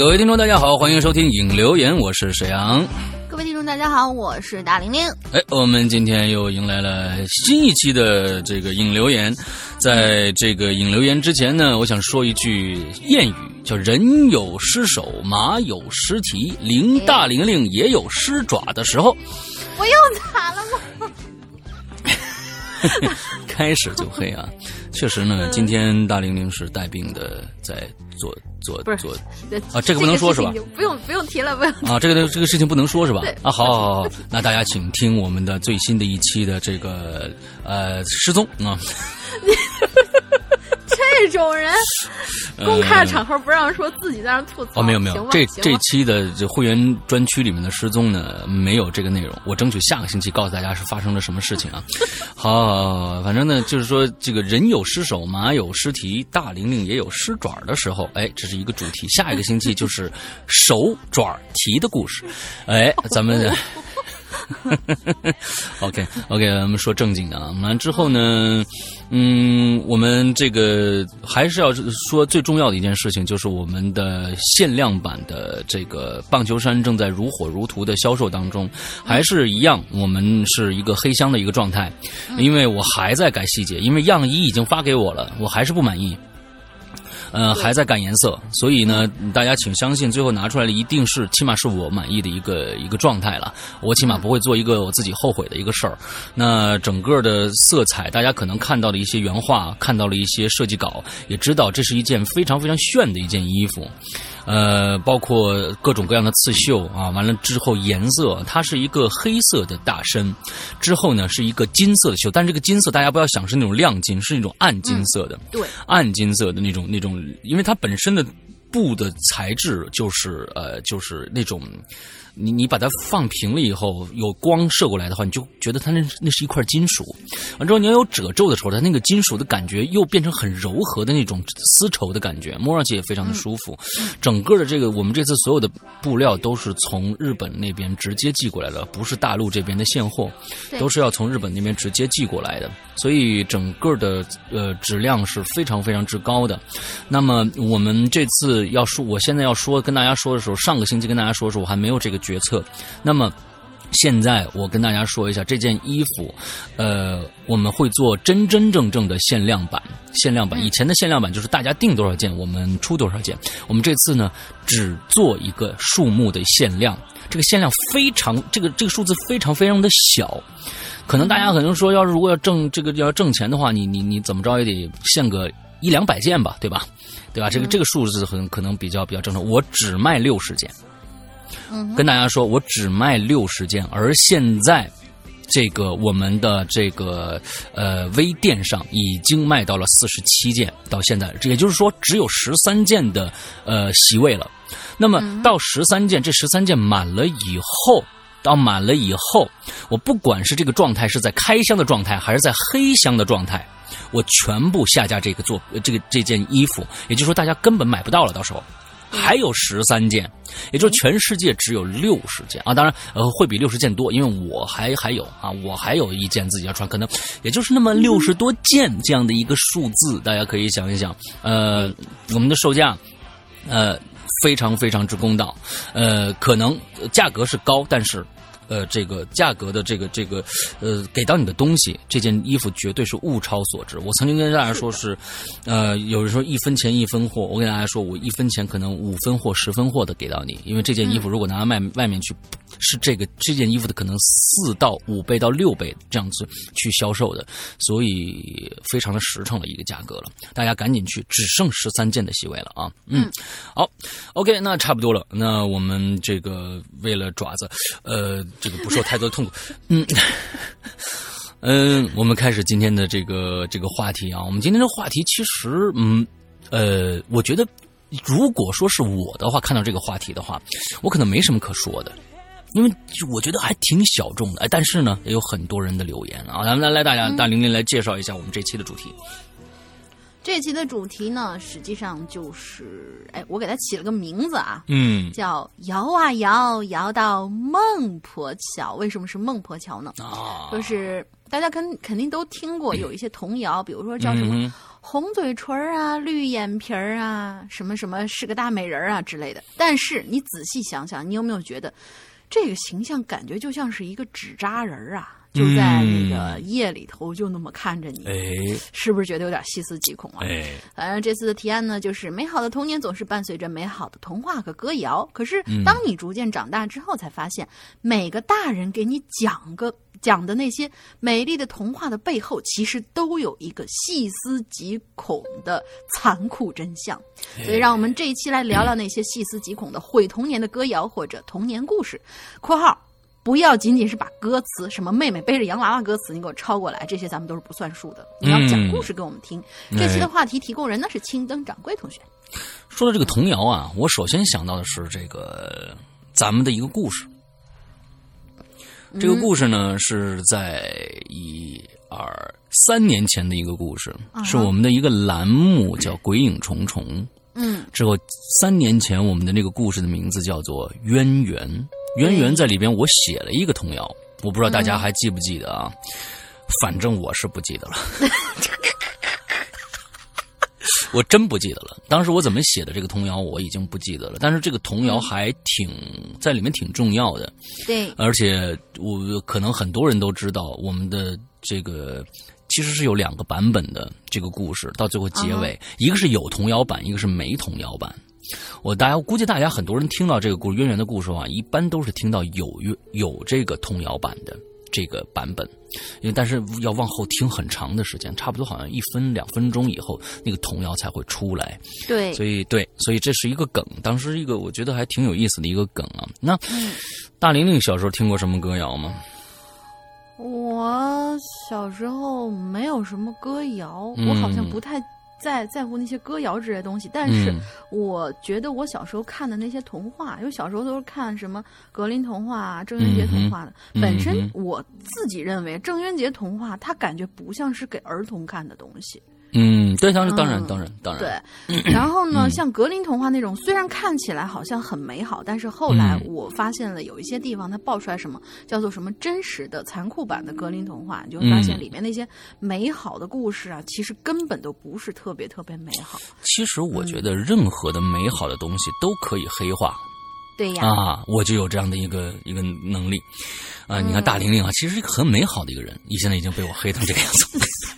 各位听众大家好，欢迎收听影留言，我是沈阳。 各位听众大家好，我是大玲玲。 我们今天又迎来了新一期的这个影留言。在这个影留言之前呢，我想说一句谚语，叫人有失手，马有失蹄，大玲玲也有失爪的时候。 我又咋了吗？ 开始就黑啊！确实呢，今天大玲玲是带病的，在做啊，这个不能说是吧？ 不用提了，不用啊，这个事情不能说是吧？啊，好，那大家请听我们的最新的一期的这个失踪啊。 这种人，公开的场合不让说，自己在那吐槽。 哦，没有，这期的这会员专区里面的失踪呢，没有这个内容。我争取下个星期告诉大家是发生了什么事情啊。好，反正呢，就是说这个人有失手，马有失蹄，大玲玲也有失爪的时候。这是一个主题。下一个星期就是手爪蹄的故事。咱们。OK， 我们说正经的啊。完之后呢，我们这个还是要说最重要的一件事情，就是我们的限量版的这个棒球衫正在如火如荼的销售当中，还是一样，我们是一个黑箱的一个状态，因为我还在改细节，因为样衣已经发给我了，我还是不满意。还在改颜色，所以呢，大家请相信，最后拿出来的一定是，起码是我满意的一个状态了。我起码不会做一个我自己后悔的一个事儿。那整个的色彩，大家可能看到了一些原画，看到了一些设计稿，也知道这是一件非常非常炫的一件衣服。包括各种各样的刺绣啊，完了之后颜色，它是一个黑色的大身，之后呢是一个金色的绣，但这个金色大家不要想是那种亮金，是那种暗金色的， 对， 暗金色的那种，因为它本身的布的材质就是那种。你把它放平了以后，有光射过来的话，你就觉得它那是一块金属。完之后你要有褶皱的时候，它那个金属的感觉又变成很柔和的那种丝绸的感觉，摸上去也非常的舒服。整个的这个我们这次所有的布料都是从日本那边直接寄过来的，不是大陆这边的现货，都是要从日本那边直接寄过来的，所以整个的质量是非常非常之高的。那么我们这次我现在要说跟大家说的时候，上个星期跟大家说的时候我还没有这个决策。那么现在我跟大家说一下这件衣服，我们会做真正的限量版。以前的限量版就是大家订多少件我们出多少件，我们这次呢只做一个数目的限量。这个限量非常这个数字非常非常的小，可能大家可能说如果要挣钱的话，你怎么着也得限个100-200件吧，对吧？这个数字可能比较正常。我只卖60件。跟大家说，我只卖60件，而现在这个我们的这个微店上已经卖到了47件，到现在，也就是说只有13件的席位了。那么到13件，这13件满了以后，我不管是这个状态是在开箱的状态，还是在黑箱的状态，我全部下架这件衣服，也就是说大家根本买不到了，到时候。还有13件，也就是全世界只有60件啊！当然，会比60件多，因为我还有啊，我还有一件自己要穿，可能也就是那么60多件这样的一个数字，大家可以想一想。我们的售价，非常非常之公道，可能价格是高，但是。这个价格的这个给到你的东西，这件衣服绝对是物超所值。我曾经跟大家说是，有人说1分钱1分货，我跟大家说我1分钱可能5分货10分货的给到你，因为这件衣服如果拿到外面去，是这件衣服的可能4到5倍到6倍这样子去销售的，所以非常的实诚的一个价格了。大家赶紧去，只剩13件的席位了啊！好 ，OK， 那差不多了。那我们这个为了爪子，这个不受太多痛苦，我们开始今天的这个话题啊。我们今天的话题其实，我觉得如果说是我的话，看到这个话题的话，我可能没什么可说的，因为我觉得还挺小众的。但是呢，也有很多人的留言啊。咱们来大玲玲来介绍一下我们这期的主题。 这期的主题呢，实际上就是，我给它起了个名字啊，叫摇啊摇，摇到孟婆桥。为什么是孟婆桥呢？就是大家肯定都听过有一些童谣，比如说叫什么红嘴唇啊、绿眼皮儿啊、什么什么是个大美人啊之类的。但是你仔细想想，你有没有觉得这个形象感觉就像是一个纸扎人啊？就在那个夜里头，就那么看着你，是不是觉得有点细思极恐啊？反正这次的提案呢，就是美好的童年总是伴随着美好的童话和歌谣。可是当你逐渐长大之后，才发现每个大人给你讲的那些美丽的童话的背后，其实都有一个细思极恐的残酷真相。所以让我们这一期来聊聊那些细思极恐的毁童年的歌谣或者童年故事（括号）不要仅仅是把歌词什么妹妹背着洋娃娃歌词你给我抄过来，这些咱们都是不算数的。你要讲故事给我们听。这期的话题提供人呢是青灯掌柜同学。 说到这个童谣啊，我首先想到的是这个咱们的一个故事。这个故事呢是在3年前的一个故事，是我们的一个栏目叫鬼影重重。之后3年前我们的那个故事的名字叫做渊源。渊源在里边我写了一个童谣，我不知道大家还记不记得啊？反正我是不记得了。我真不记得了，当时我怎么写的这个童谣我已经不记得了，但是这个童谣还在里面挺重要的。 对， 而且我可能很多人都知道，我们的这个其实是有2个版本的这个故事，到最后结尾，一个是有童谣版，一个是没童谣版。我估计大家很多人听到这个故事渊源的故事啊，一般都是听到有这个童谣版的这个版本，因为但是要往后听很长的时间，差不多好像1分2分钟以后，那个童谣才会出来。 对， 所以这是一个梗，当时一个我觉得还挺有意思的一个梗啊。那大玲玲小时候听过什么歌谣吗？ 我小时候没有什么歌谣，我好像不太在乎那些歌谣之类的东西，但是我觉得我小时候看的那些童话，因为小时候都是看什么格林童话啊、郑渊洁童话的，本身我自己认为郑渊洁童话它感觉不像是给儿童看的东西。 对，当然。 对，然后呢，像格林童话那种，虽然看起来好像很美好，但是后来我发现了有一些地方它爆出来什么叫做什么真实的残酷版的格林童话，你就会发现里面那些美好的故事啊，其实根本都不是特别特别美好。 其实我觉得任何的美好的东西都可以黑化。 对呀， 我就有这样的一个能力啊！你看大玲玲啊，其实是一个很美好的一个人，你现在已经被我黑成这个样子。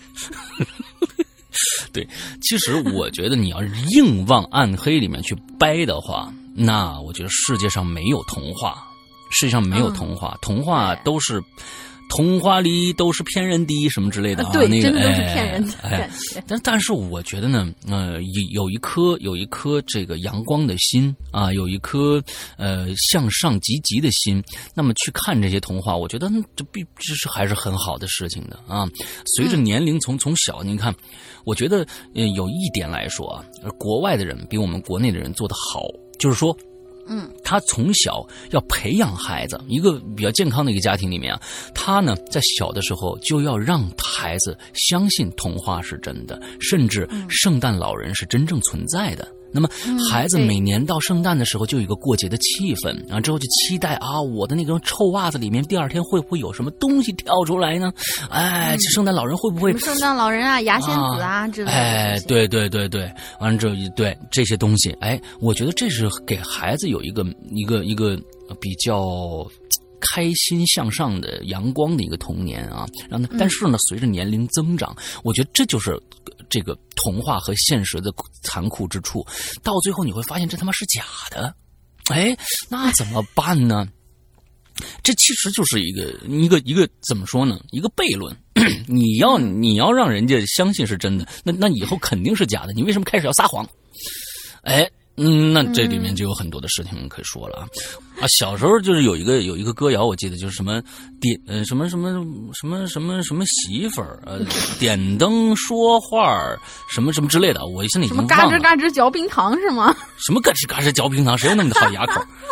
对，其实我觉得你要硬往暗黑里面去掰的话，那我觉得世界上没有童话，童话都是童话里都是骗人的什么之类的啊， 对， 那个真的都是骗人的。 但是我觉得呢，有一颗这个阳光的心啊，有一颗向上积极的心，那么去看这些童话，我觉得这是还是很好的事情的啊。随着年龄从小，你看，我觉得有一点来说啊，国外的人比我们国内的人做得好，就是说。他从小要培养孩子，一个比较健康的一个家庭里面啊，他呢在小的时候就要让孩子相信童话是真的，甚至圣诞老人是真正存在的。那么孩子每年到圣诞的时候就有一个过节的气氛，然后之后就期待啊，我的那个臭袜子里面第2天会不会有什么东西跳出来呢？哎，这圣诞老人会不会？ 圣诞老人啊，牙仙子啊之类的。 哎，对，完了之后对这些东西，哎，我觉得这是给孩子有一个比较开心向上的阳光的一个童年啊。然后呢，但是呢，随着年龄增长，我觉得这就是这个童话和现实的残酷之处，到最后你会发现这他妈是假的，哎，那怎么办呢？这其实就是一个怎么说呢？一个悖论。你要让人家相信是真的，那以后肯定是假的。你为什么开始要撒谎？哎。那这里面就有很多的事情可以说了啊！小时候就是有一个歌谣，我记得就是什么什么媳妇儿点灯说话什么之类的，我现在已经忘了。 什么嘎吱嘎吱嚼冰糖是吗？ 什么嘎吱嘎吱嚼冰糖？谁有那么好牙口？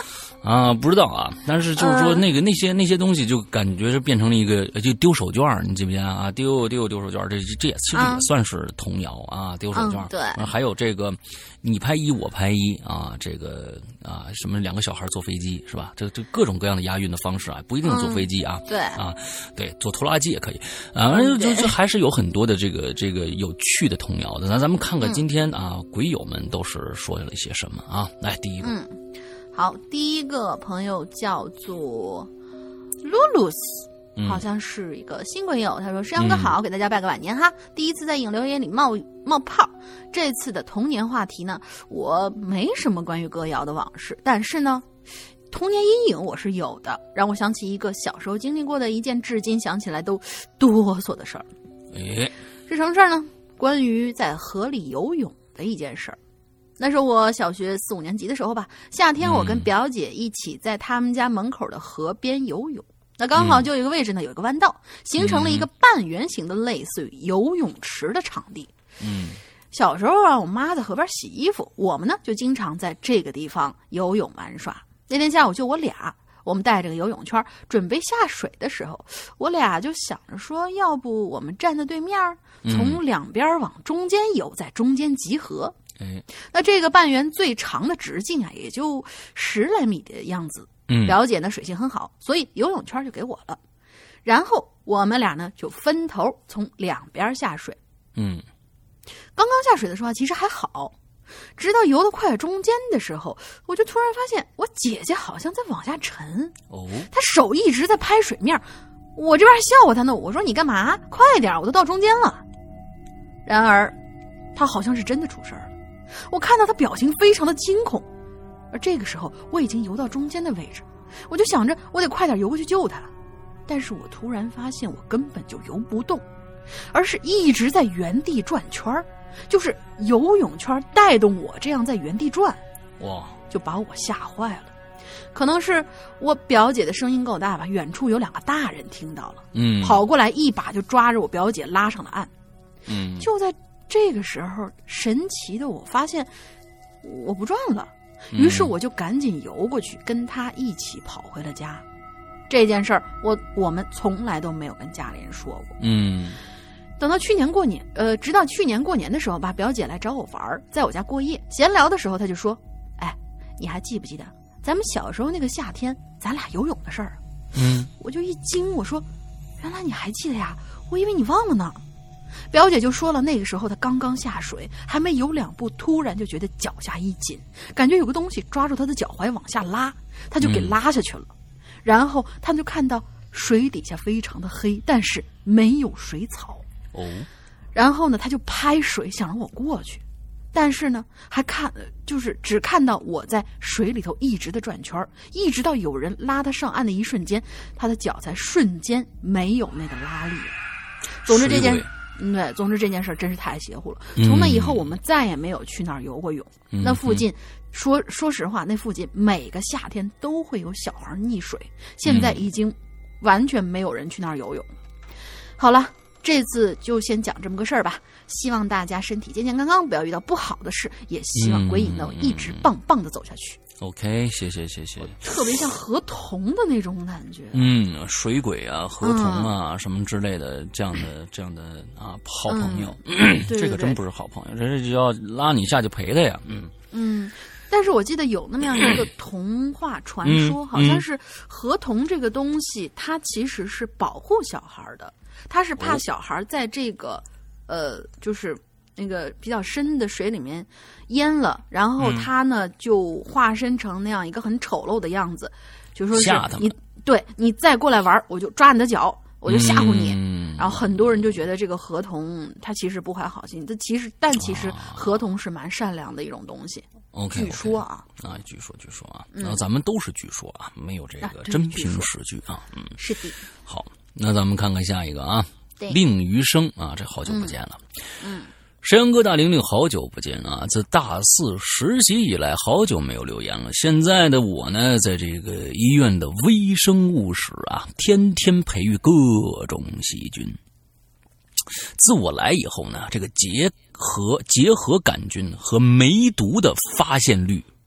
啊，不知道啊，但是就是说那些东西就感觉是变成了一个就丢手绢，你记不记得啊？丢手绢，这也其实也算是童谣啊，丢手绢。 对， 还有这个你拍一我拍一啊，这个啊什么两个小孩坐飞机是吧？这各种各样的押韵的方式啊，不一定坐飞机啊。 对啊，对，坐拖拉机也可以啊，就还是有很多的这个有趣的童谣的。咱们看看今天啊，鬼友们都是说了一些什么啊？来，第一个。 好，第一个朋友叫做露露斯，好像是一个新鬼友。他说：“石阳哥好，给大家拜个晚年哈。第一次在影留言里冒泡。这次的童年话题呢，我没什么关于歌谣的往事，但是呢，童年阴影我是有的，让我想起一个小时候经历过的一件至今想起来都哆嗦的事儿。是什么事儿呢？关于在河里游泳的一件事儿。那是我小学4、5年级的时候吧，夏天我跟表姐一起在他们家门口的河边游泳。那刚好就有一个位置呢，有一个弯道，形成了一个半圆形的类似于游泳池的场地。小时候啊，我妈在河边洗衣服，我们呢就经常在这个地方游泳玩耍。那天下午就我俩，我们带着个游泳圈准备下水的时候，我俩就想着说，要不我们站在对面，从两边往中间游，在中间集合。那这个半圆最长的直径啊，也就10来米的样子。表姐呢水性很好，所以游泳圈就给我了。然后我们俩呢就分头从两边下水。刚刚下水的时候其实还好，直到游得快中间的时候，我就突然发现我姐姐好像在往下沉。她手一直在拍水面，我这边还笑话她呢，我说你干嘛？快点，我都到中间了。然而她好像是真的出事儿了。我看到他表情非常的惊恐，而这个时候我已经游到中间的位置，我就想着我得快点游过去救他。但是我突然发现我根本就游不动，而是一直在原地转圈，就是游泳圈带动我这样在原地转。 哇， 就把我吓坏了。可能是我表姐的声音够大吧，远处有2个大人听到了，跑过来一把就抓着我表姐拉上了岸。就在这个时候，神奇的我发现我不转了，于是我就赶紧游过去，跟他一起跑回了家。这件事儿我们从来都没有跟家里人说过。等到去年过年，直到去年过年的时候吧，表姐来找我玩，在我家过夜，闲聊的时候，他就说：“哎，你还记不记得咱们小时候那个夏天，咱俩游泳的事儿？”我就一惊，我说：“原来你还记得呀？我以为你忘了呢。”表姐就说了，那个时候她刚刚下水，还没游2步，突然就觉得脚下一紧，感觉有个东西抓住她的脚踝往下拉，她就给拉下去了。然后他们就看到水底下非常的黑，但是没有水草。然后呢，他就拍水想让我过去，但是呢，就是只看到我在水里头一直的转圈，一直到有人拉他上岸的一瞬间，他的脚才瞬间没有那个拉力。总之这件事儿真是太邪乎了。从那以后，我们再也没有去那儿游过泳。那附近，说实话，那附近每个夏天都会有小孩溺水，现在已经完全没有人去那儿游泳了。好了，这次就先讲这么个事儿吧。希望大家身体健健康康，不要遇到不好的事，也希望鬼影能一直棒棒的走下去。 OK， 谢谢。 特别像河童的那种感觉。 水鬼啊，河童啊，什么之类的，这样的啊，好朋友。这个真不是好朋友，这就要拉你下去陪他呀。 但是我记得有那么样一个童话传说，好像是河童这个东西，它其实是保护小孩的，它是怕小孩在这个就是那个比较深的水里面淹了，然后他呢就化身成那样一个很丑陋的样子，就说是你再过来玩，我就抓你的脚，我就吓唬你。然后很多人就觉得这个河童他其实不怀好心，但其实河童是蛮善良的一种东西。据说啊， 据说啊，咱们都是据说啊，没有这个真凭实据啊。 是的。 好，那咱们看看下一个啊，令余生啊，这好久不见了。石阳哥大玲玲好久不见啊！自大4实习以来，好久没有留言了。现在的我呢，在这个医院的微生物室啊，天天培育各种细菌。自我来以后呢，这个结核杆菌和梅毒的发现率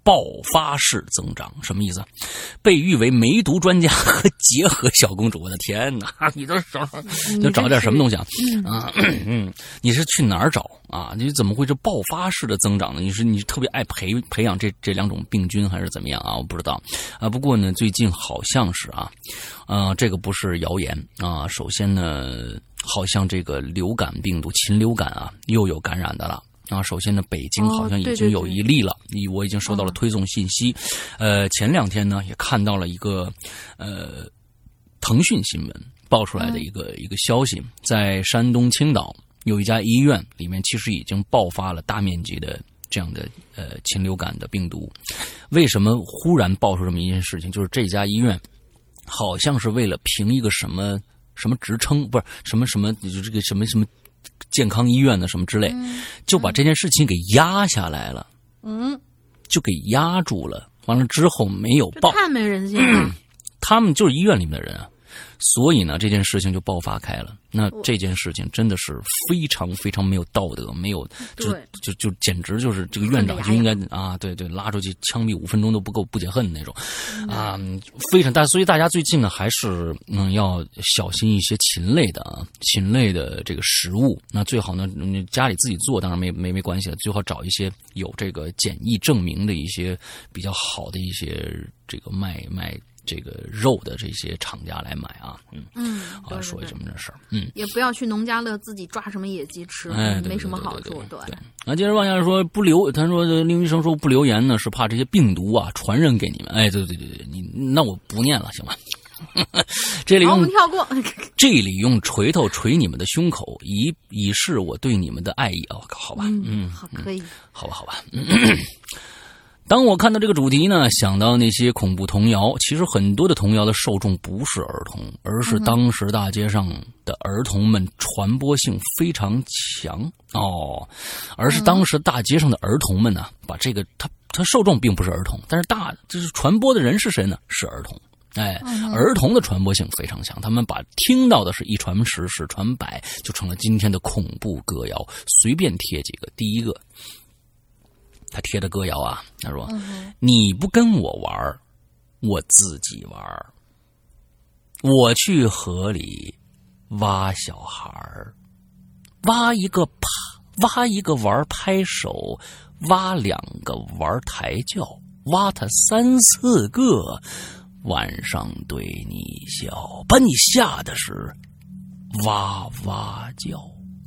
爆发式增长，什么意思？被誉为梅毒专家和结合小公主。我的天哪，你都找点什么东西啊？你是去哪儿找啊？你怎么会是爆发式的增长呢？你特别爱培养这两种病菌还是怎么样啊？我不知道啊。不过呢，最近好像是这个不是谣言啊。首先呢，好像这个流感病毒禽流感啊又有感染的了。首先呢，北京好像已经有一例了，我已经收到了推送信息。前2天呢，也看到了一个腾讯新闻爆出来的一个消息，在山东青岛有一家医院里面，其实已经爆发了大面积的这样的禽流感的病毒。为什么忽然爆出这么一件事情？就是这家医院好像是为了评一个什么职称，不是什么就这个什么健康医院的什么之类，就把这件事情给压下来了，就给压住了。完了之后没有报， 太没人性了。 他们就是医院里面的人啊，所以呢，这件事情就爆发开了。那这件事情真的是非常非常没有道德，没有就简直就是这个院长就应该啊，对，拉出去枪毙5分钟都不够不解恨那种啊，非常大。所以大家最近呢，还是要小心一些禽类的这个食物。那最好呢，家里自己做当然没关系了，最好找一些有这个检疫证明的一些比较好的一些这个卖这个肉的这些厂家来买啊。 对， 说一这么的事儿。 也不要去农家乐自己抓什么野鸡吃，没什么好处。对。 那接着往下说他说林医生说不留言呢，是怕这些病毒啊传染给你们。对，那我不念了，行吗？这里我们跳过。 这里用锤头锤你们的胸口，以示我对你们的爱意。好吧， 好，可以， 好吧。当我看到这个主题呢，想到那些恐怖童谣，其实很多的童谣的受众不是儿童，而是当时大街上的儿童们，传播性非常强而是当时大街上的儿童们呢，把这个他受众并不是儿童，但是就是传播的人是谁呢？是儿童。儿童的传播性非常强，他们把听到的是一传十，十传百，就成了今天的恐怖歌谣。随便贴几个，第一个。他贴的歌谣啊，他说：“你不跟我玩，我自己玩。我去河里挖小孩，挖一个玩拍手，挖2个玩抬轿，挖他3、4个，晚上对你笑，把你吓得是哇哇叫。”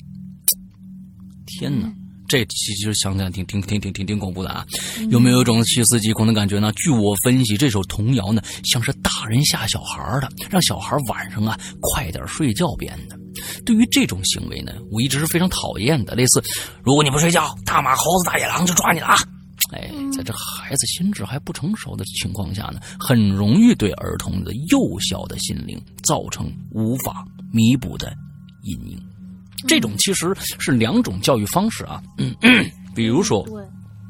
天哪！这其实想想挺恐怖的啊！有没有一种细思极恐的感觉呢？据我分析，这首童谣呢，像是大人吓小孩的，让小孩晚上啊快点睡觉编的。对于这种行为呢，我一直是非常讨厌的。类似，如果你不睡觉，大马猴子、大野狼就抓你了啊！在这孩子心智还不成熟的情况下呢，很容易对儿童的幼小的心灵造成无法弥补的阴影。这种其实是2种教育方式啊，比如说，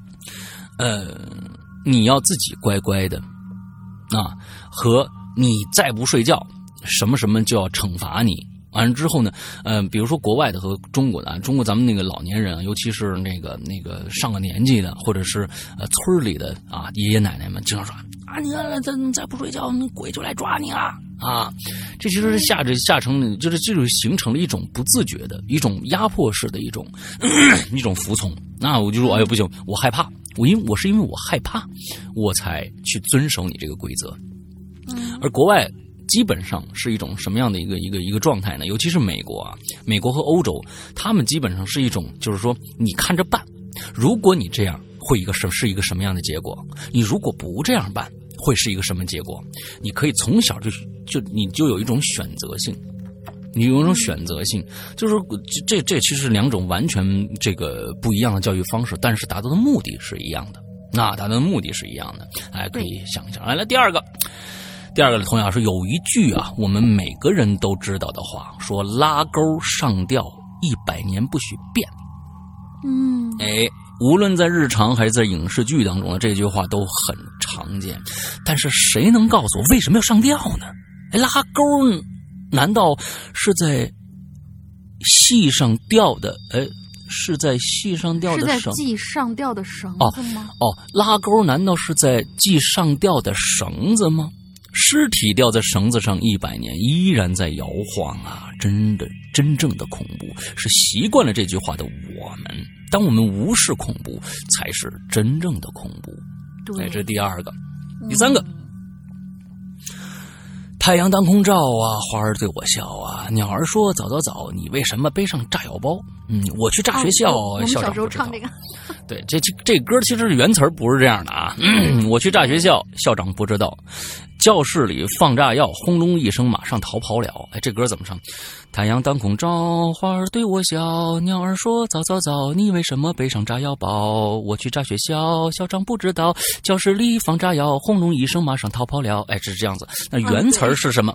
你要自己乖乖的啊，和你再不睡觉，什么就要惩罚你。完了之后呢，比如说国外的和中国的啊，中国咱们那个老年人啊，尤其是那个上了年纪的，或者是村里的啊爷爷奶奶们，经常说啊，你再不睡觉，那鬼就来抓你了啊！这其实是下成，就是这种形成了一种不自觉的一种压迫式的一种服从。那我就说，哎呀不行，我害怕，我是因为我害怕，我才去遵守你这个规则。而国外基本上是一种什么样的一个状态呢？尤其是美国啊，美国和欧洲，他们基本上是一种，就是说你看着办，如果你这样会是一个什么样的结果？你如果不这样办，会是一个什么结果？你可以从小你就有一种选择性，就是这其实是2种完全这个不一样的教育方式，但是达到的目的是一样的。可以想一想。来，第二个的童谣是有一句啊，我们每个人都知道的话，说拉钩上吊100年不许变。无论在日常还是在影视剧当中呢，这句话都很常见。但是谁能告诉我为什么要上吊呢？拉钩难道是在戏上吊的是在系上吊的绳？ 是在系上吊的绳子吗？ 拉钩难道是在系上吊的绳子吗？尸体吊在绳子上100年，依然在摇晃啊！真正的恐怖是习惯了这句话的我们。当我们无视恐怖，才是真正的恐怖。 对， 这是第二个。第三个，太阳当空照啊，花儿对我笑啊，鸟儿说早早早，你为什么背上炸药包？我去炸学校， 我们小时候唱这个。 对，这歌其实原词不是这样的啊。我去炸学校，校长不知道，教室里放炸药，轰隆一声，马上逃跑了。哎，这歌怎么唱？太阳当空照，花儿对我笑，鸟儿说早早早，你为什么背上炸药包？我去炸学校，校长不知道，教室里放炸药，轰隆一声，马上逃跑了。哎，是这样子。那原词是什么？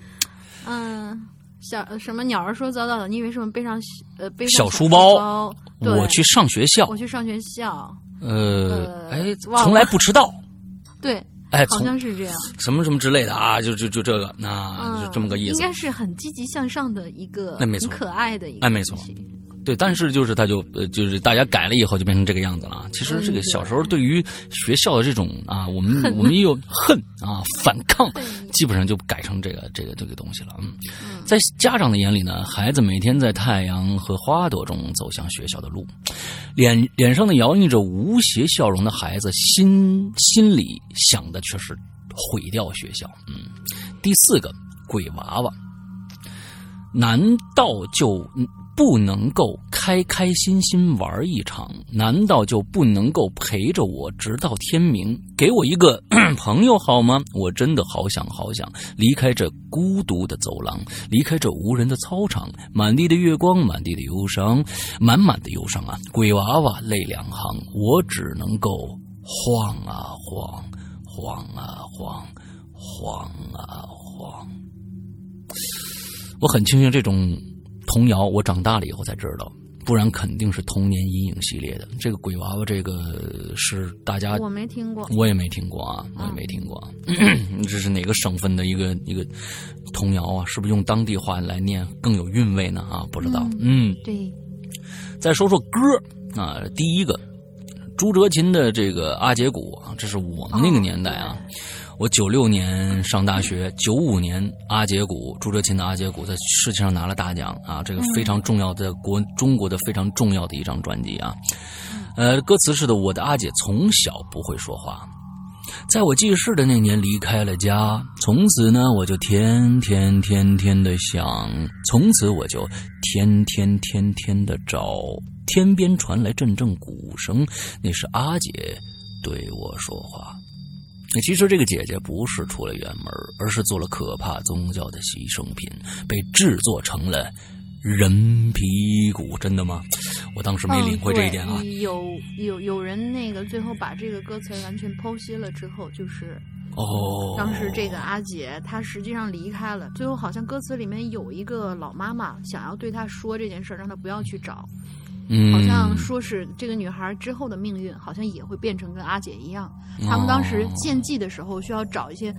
什么鸟儿说早早的，你为什么背上小书包？我去上学校。 我去上学校。 从来不迟到。 对。好像是这样， 什么之类的啊，就这个，就这么个意思。 应该是很积极向上的一个，很可爱的一个， 没错。对，但是就是他就是大家改了以后就变成这个样子了。其实这个小时候对于学校的这种啊，我们也有恨啊，反抗，基本上就改成这个东西了。在家长的眼里呢，孩子每天在太阳和花朵中走向学校的路，脸上的摇映着无邪笑容的孩子，心里想的却是毁掉学校。第四个，鬼娃娃，难道就不能够开心心玩一场？难道就不能够陪着我直到天明？给我一个朋友好吗？我真的好想离开这孤独的走廊，离开这无人的操场，满地的月光，满地的忧伤，满满的忧伤啊！鬼娃娃泪两行，我只能够晃啊晃，晃啊晃，晃啊晃。我很庆幸这种童谣我长大了以后才知道，不然肯定是童年阴影系列的。这个鬼娃娃，这个是大家我没听过， 我也没听过啊，我也没听过。这是哪个省份的一个童谣啊？是不是用当地话来念更有韵味呢？啊，不知道。 对。 再说说歌啊，第一个朱哲琴的这个阿姐鼓啊，这是我们那个年代啊。我96年上大学，95年阿姐鼓，朱哲琴的阿姐鼓在世界上拿了大奖啊，这个非常重要的中国的非常重要的一张专辑啊。歌词是的，我的阿姐从小不会说话，在我记事的那年离开了家，从此呢我就天天的想，从此我就天天的找，天边传来阵阵鼓声，那是阿姐对我说话。其实这个姐姐不是出了远门，而是做了可怕宗教的牺牲品，被制作成了人皮鼓。真的吗？我当时没领会这一点啊。 有人那个最后把这个歌词完全剖析了之后，就是当时这个阿姐她实际上离开了，最后好像歌词里面有一个老妈妈想要对她说这件事，让她不要去找。好像说是这个女孩之后的命运好像也会变成跟阿姐一样。他们当时献祭的时候需要找一些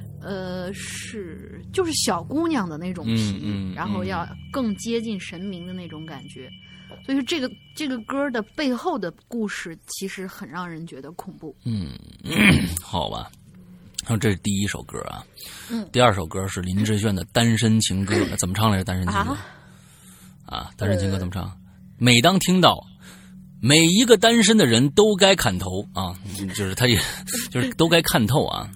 就是小姑娘的那种皮，然后要更接近神明的那种感觉。所以说这个歌的背后的故事其实很让人觉得恐怖。 好吧。然后这是第一首歌啊。第二首歌是林志炫的《单身情歌》，怎么唱来着？单身情歌单身情歌怎么唱？每当听到每一个单身的人都该砍头啊，就是他也就是都该看透啊。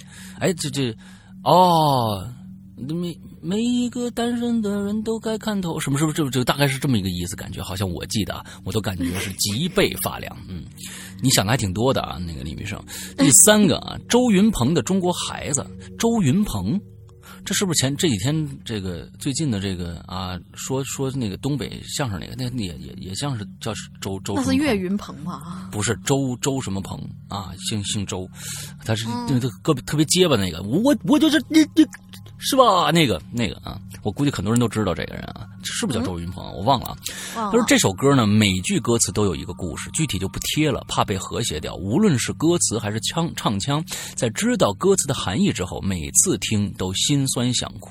每一个单身的人都该看透，是不是这大概是这么一个意思？感觉好像我记得我都感觉是脊背发凉。你想的还挺多的啊，那个李明生。第三个啊，周云鹏的《中国孩子》，周云鹏。这是不是这几天这个最近的这个啊，说那个东北相声那个，那也像是叫周那是岳云鹏吧？ 不是周什么鹏啊，姓周，他是特别结巴那个，我就是你是吧？那个啊，我估计很多人都知道这个人啊，是不是叫周云鹏？我忘了啊。他说这首歌呢，每句歌词都有一个故事，具体就不贴了，怕被和谐掉。无论是歌词还是唱腔，在知道歌词的含义之后，每次听都心酸想哭。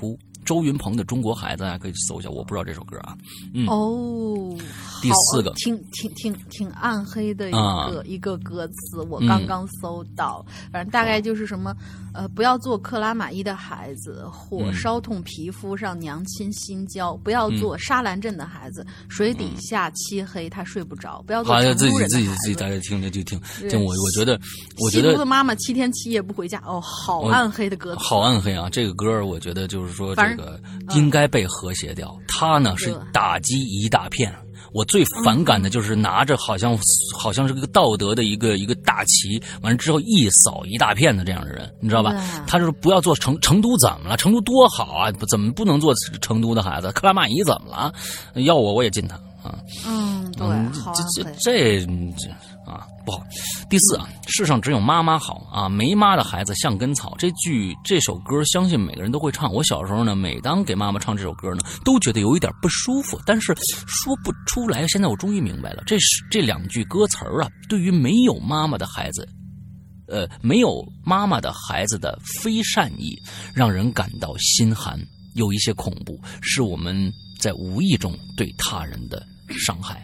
周云鹏的《中国孩子》啊，可以搜一下，我不知道这首歌啊。第4个， 挺暗黑的一个歌词，我刚刚搜到，反正大概就是什么，不要做克拉玛依的孩子，火烧痛皮肤上娘亲心焦；不要做沙兰镇的孩子，水底下漆黑他睡不着；不要做成都人的孩子。 自己大家听着就听，我觉得吸毒的妈妈7天7夜不回家，好暗黑的歌词， 好暗黑啊！这个歌我觉得就是说这个应该被和谐掉，它呢是打击一大片。我最反感的就是拿着好像是个道德的一个大旗，完了之后一扫一大片的这样的人，你知道吧？他就是不要做成都怎么了？成都多好啊！怎么不能做成都的孩子？克拉玛依怎么了？要我也进他啊！ 对， 这不好。第4啊，世上只有妈妈好啊，没妈的孩子像根草。这首歌相信每个人都会唱。我小时候呢，每当给妈妈唱这首歌呢，都觉得有一点不舒服，但是说不出来。现在我终于明白了，这2句歌词啊，对于没有妈妈的孩子，没有妈妈的孩子的非善意，让人感到心寒，有一些恐怖，是我们在无意中对他人的伤害。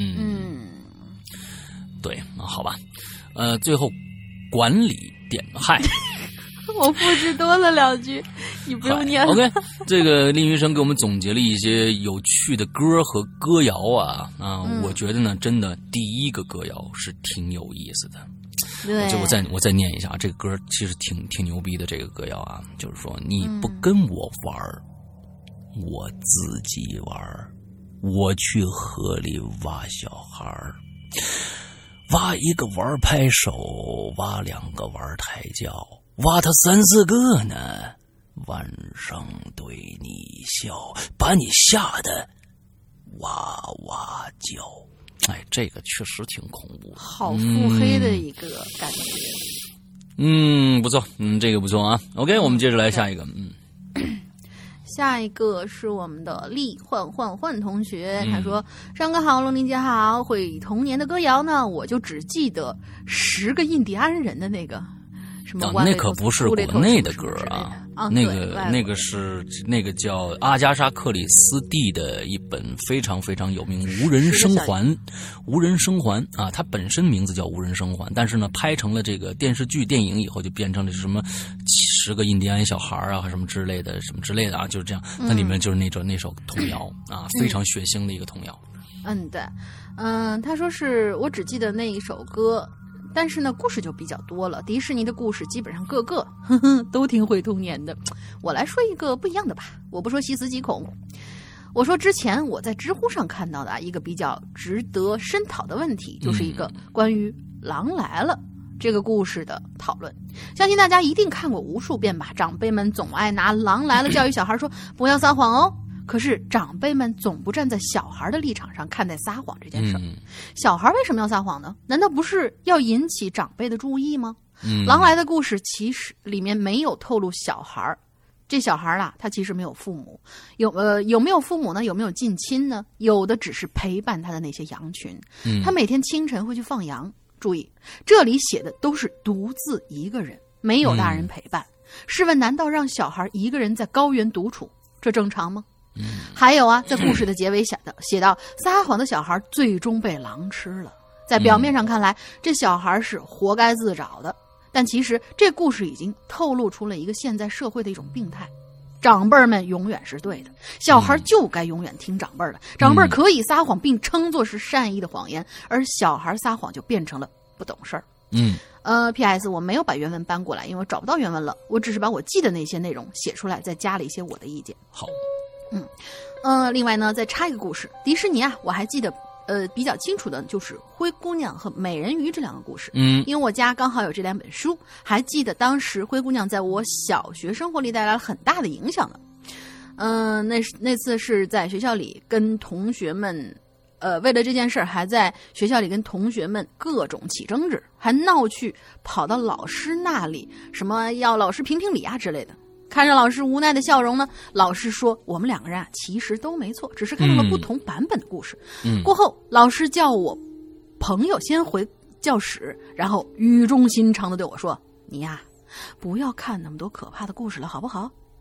对，好吧，最后管理点害， 我复制多了2句，你不用念了。 OK， 这个林云生给我们总结了一些有趣的歌和歌谣啊，我觉得呢，真的第一个歌谣是挺有意思的。 对， 我再念一下，这个歌其实挺牛逼的。这个歌谣啊，就是说你不跟我玩，我自己玩，我去河里挖小孩，挖一个玩拍手，挖2个玩抬轿，挖他3、4个呢，晚上对你笑，把你吓得哇哇叫。哎，这个确实挺恐怖， 好腹黑的一个感觉。 不错，这个不错啊。OK， 我们接着来下一个。 下一个是我们的厉换同学，他说：“上哥好，龙玲姐好。会童年的歌谣呢，我就只记得10个印第安人的那个什么。 那可不是国内的歌啊。那个叫阿加莎·克里斯蒂的一本非常非常有名《无人生还》啊，它本身名字叫《无人生还》，但是呢，拍成了这个电视剧、电影以后，就变成了什么10个印第安小孩啊，什么之类的啊，就是这样。它里面就是那首童谣啊，非常血腥的一个童谣。 对，他说是我只记得那一首歌。但是呢，故事就比较多了。迪士尼的故事基本上个个都挺毁童年的。我来说一个不一样的吧，我不说细思极恐。我说之前我在知乎上看到的一个比较值得深讨的问题，就是一个关于狼来了这个故事的讨论。相信大家一定看过无数遍吧，长辈们总爱拿狼来了教育小孩说不要撒谎哦。可是长辈们总不站在小孩的立场上看待撒谎这件事儿。小孩为什么要撒谎呢？难道不是要引起长辈的注意吗？狼来的故事其实里面没有透露小孩，这小孩啊，他其实没有父母，有没有父母呢？有没有近亲呢？有的只是陪伴他的那些羊群。他每天清晨会去放羊。注意，这里写的都是独自一个人，没有大人陪伴。试问，难道让小孩一个人在高原独处，这正常吗？还有啊，在故事的结尾写到撒谎的小孩最终被狼吃了。在表面上看来，这小孩是活该自找的，但其实这故事已经透露出了一个现在社会的一种病态。长辈们永远是对的，小孩就该永远听长辈的。长辈可以撒谎并称作是善意的谎言，而小孩撒谎就变成了不懂事儿。PS 我没有把原文搬过来，因为我找不到原文了，我只是把我记的那些内容写出来，再加了一些我的意见。 好。 另外呢，再插一个故事。迪士尼啊，我还记得比较清楚的就是灰姑娘和美人鱼这2个故事。因为我家刚好有这2本书，还记得当时灰姑娘在我小学生活里带来了很大的影响呢。那次是在学校里跟同学们为了这件事还在学校里跟同学们各种起争执，还闹去跑到老师那里，什么要老师评评理啊之类的。看着老师无奈的笑容呢，老师说我们2个人啊其实都没错，只是看到了不同版本的故事。过后老师叫我朋友先回教室，然后语重心长的对我说，你呀不要看那么多可怕的故事了好不好？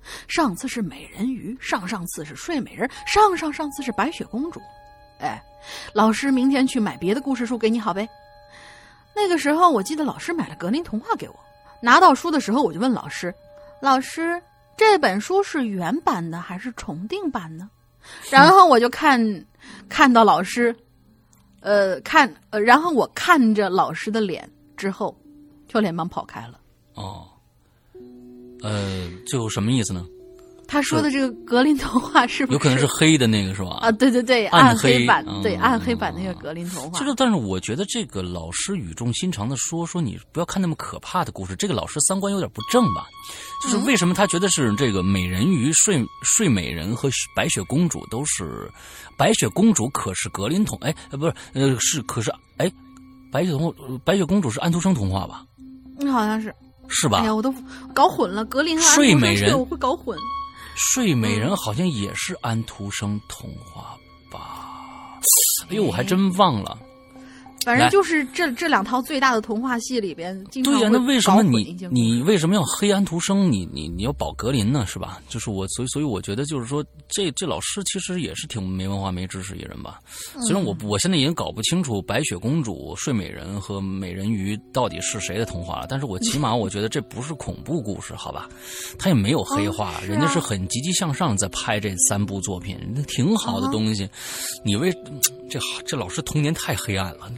上次是美人鱼，上上次是睡美人，上上上次是白雪公主。哎，老师明天去买别的故事书给你好呗。那个时候我记得老师买了格林童话给我，拿到书的时候我就问老师，老师这本书是原版的还是重订版呢？然后我就看到老师然后我看着老师的脸之后就连忙跑开了。 哦，最后什么意思呢？ 他说的这个格林童话是不是有可能是黑的那个是吧？ 啊，对对对， 暗黑版，对， 暗黑版那个格林童话。 这个，但是我觉得这个老师语重心长的说你不要看那么可怕的故事，这个老师三观有点不正吧？就是为什么他觉得是这个美人鱼、睡美人和白雪公主都是，白雪公主可是格林童，不是，是可是白雪公主是安徒生童话吧？ 好像是。 是吧？ 哎呀，我都搞混了，格林和安徒生睡美人我会搞混。 睡美人好像也是安徒生童话吧？哎呦，我还真忘了。 反正就是这两套最大的童话系里边，经常对呀，那为什么你为什么要黑安徒生？你要保格林呢？是吧？就是所以我觉得就是说，这老师其实也是挺没文化、没知识一人吧。虽然我现在已经搞不清楚白雪公主、睡美人和美人鱼到底是谁的童话了，但是我起码我觉得这不是恐怖故事，好吧？他也没有黑化，人家是很积极向上在拍这3部作品，那挺好的东西。你这老师童年太黑暗了，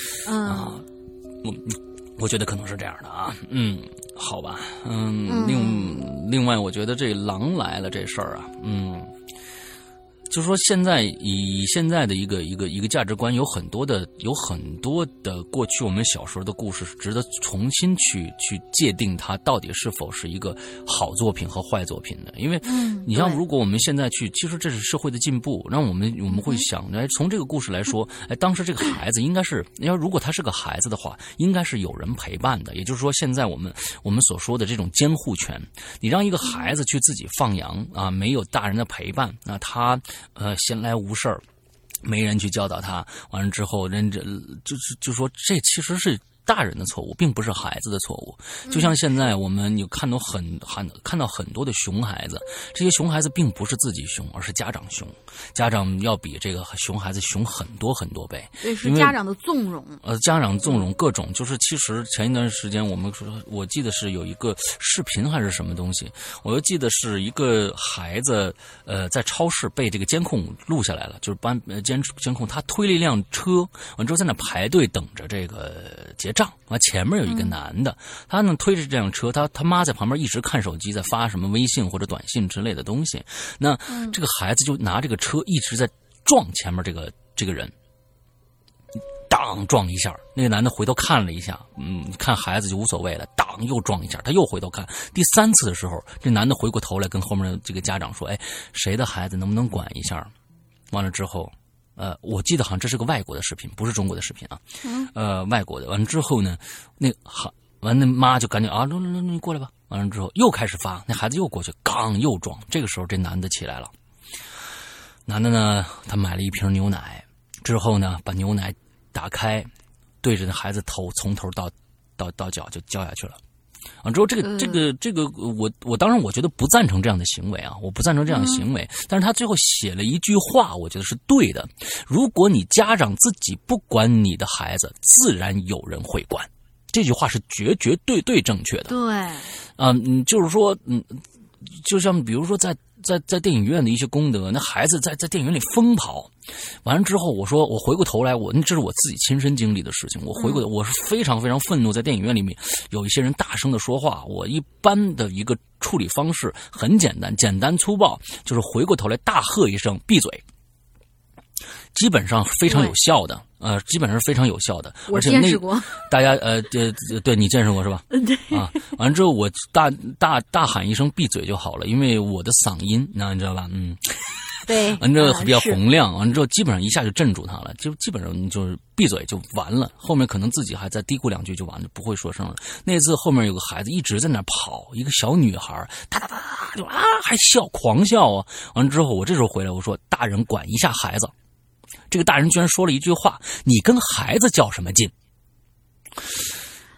我觉得可能是这样的啊，好吧，另外我觉得这狼来了这事儿啊，就是说现在以现在的一个价值观，有很多的过去我们小时候的故事是值得重新去界定它到底是否是一个好作品和坏作品的。因为你像如果我们现在其实这是社会的进步，让我们会想，从这个故事来说，当时这个孩子应该是，如果他是个孩子的话，应该是有人陪伴的。也就是说，现在我们所说的这种监护权，你让一个孩子去自己放羊啊，没有大人的陪伴，那他闲来无事儿，没人去教导他，完了之后，就说这其实是大人的错误，并不是孩子的错误。就像现在我们有看到很多的熊孩子，这些熊孩子并不是自己熊，而是家长熊，家长要比这个熊孩子熊很多很多倍。 对，是家长的纵容。 家长纵容各种，就是其实前一段时间我记得是有一个视频还是什么东西，我又记得是一个孩子在超市被这个监控录下来了，就是监控他推了一辆车，完之后在那排队等着这个结账，前面有一个男的，他呢推着这辆车，他妈在旁边一直看手机，在发什么微信或者短信之类的东西。那这个孩子就拿这个车一直在撞前面这个人，当撞一下，那个男的回头看了一下，看孩子就无所谓了，当又撞一下，他又回头看，第3次的时候，这男的回过头来跟后面的这个家长说：“哎，谁的孩子能不能管一下？”完了之后。我记得好像这是个外国的视频，不是中国的视频啊。外国的。完了之后呢，那妈就赶紧你过来吧。完了之后又开始发，那孩子又过去，刚又撞。这个时候这男的起来了，男的呢，他买了一瓶牛奶，之后呢，把牛奶打开，对着那孩子头从头到脚就浇下去了。之后这个我当然我觉得不赞成这样的行为啊，我不赞成这样的行为，但是他最后写了一句话，我觉得是对的。如果你家长自己不管你的孩子，自然有人会管。这句话是绝对正确的。 对， 就是说，就像比如说在电影院的一些功德，那孩子在电影院里疯跑，完了之后，我回过头来，这是我自己亲身经历的事情。我回过头，我是非常非常愤怒，在电影院里面有一些人大声的说话。我一般的一个处理方式很简单粗暴，就是回过头来大喝一声闭嘴，基本上非常有效的。基本上是非常有效的，而且我见识过。 大家对你见识过是吧？ 对啊，完了之后我大喊一声闭嘴就好了，因为我的嗓音，那你知道吧？ 对， 完之后比较洪亮，完之后基本上一下就镇住他了，就基本上就是闭嘴就完了，后面可能自己还再嘀咕2句就完了，不会说声了。那次后面有个孩子一直在那跑，一个小女孩，哒就还狂笑啊！完了之后我这时候回来，我说大人管一下孩子。这个大人居然说了一句话：“你跟孩子较什么劲？”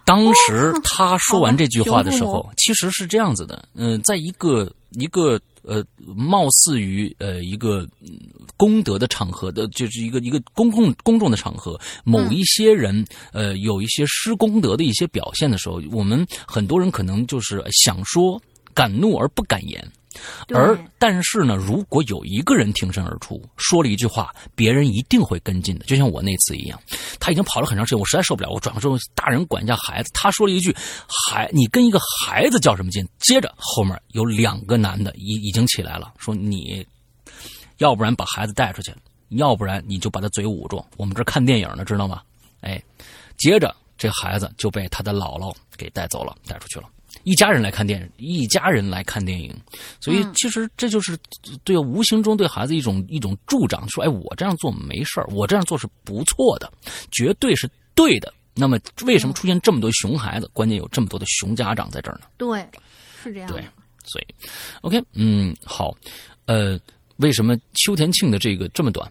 当时他说完这句话的时候，其实是这样子的，在一个貌似于一个功德的场合的，就是一个公众的场合，某一些人有一些施功德的一些表现的时候，我们很多人可能就是想说敢怒而不敢言。但是呢，如果有一个人挺身而出说了一句话，别人一定会跟进的，就像我那次一样，他已经跑了很长时间，我实在受不了，我转过之后大人管一下孩子，他说了一句你跟一个孩子较什么劲，接着后面有2个男的已经起来了，说你要不然把孩子带出去，要不然你就把他嘴捂住，我们这看电影呢，知道吗？接着这孩子就被他的姥姥给带走了，带出去了，一家人来看电影，所以其实这就是对无形中对孩子一种助长，说我这样做没事儿，我这样做是不错的，绝对是对的。那么为什么出现这么多熊孩子？关键有这么多的熊家长在这儿呢？ 对，是这样的。 对，所以 OK， 好，为什么秋田庆的这个这么短？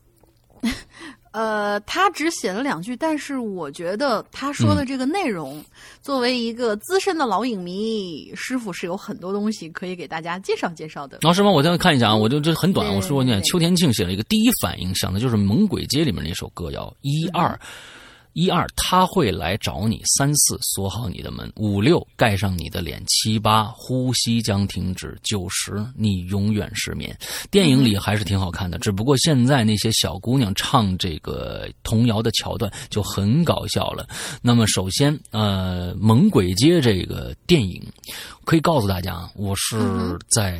他只写了2句，但是我觉得他说的这个内容，作为一个资深的老影迷，师傅是有很多东西可以给大家介绍介绍的。 是吗？我再看一下啊，我这很短。我说你看，秋田庆写了一个第一反应想的就是《猛鬼街》里面那首歌谣，1、2他会来找你，3、4锁好你的门，5、6盖上你的脸，7、8呼吸将停止，9、10你永远失眠。电影里还是挺好看的，只不过现在那些小姑娘唱这个童谣的桥段就很搞笑了。那么首先猛鬼街这个电影可以告诉大家，我是在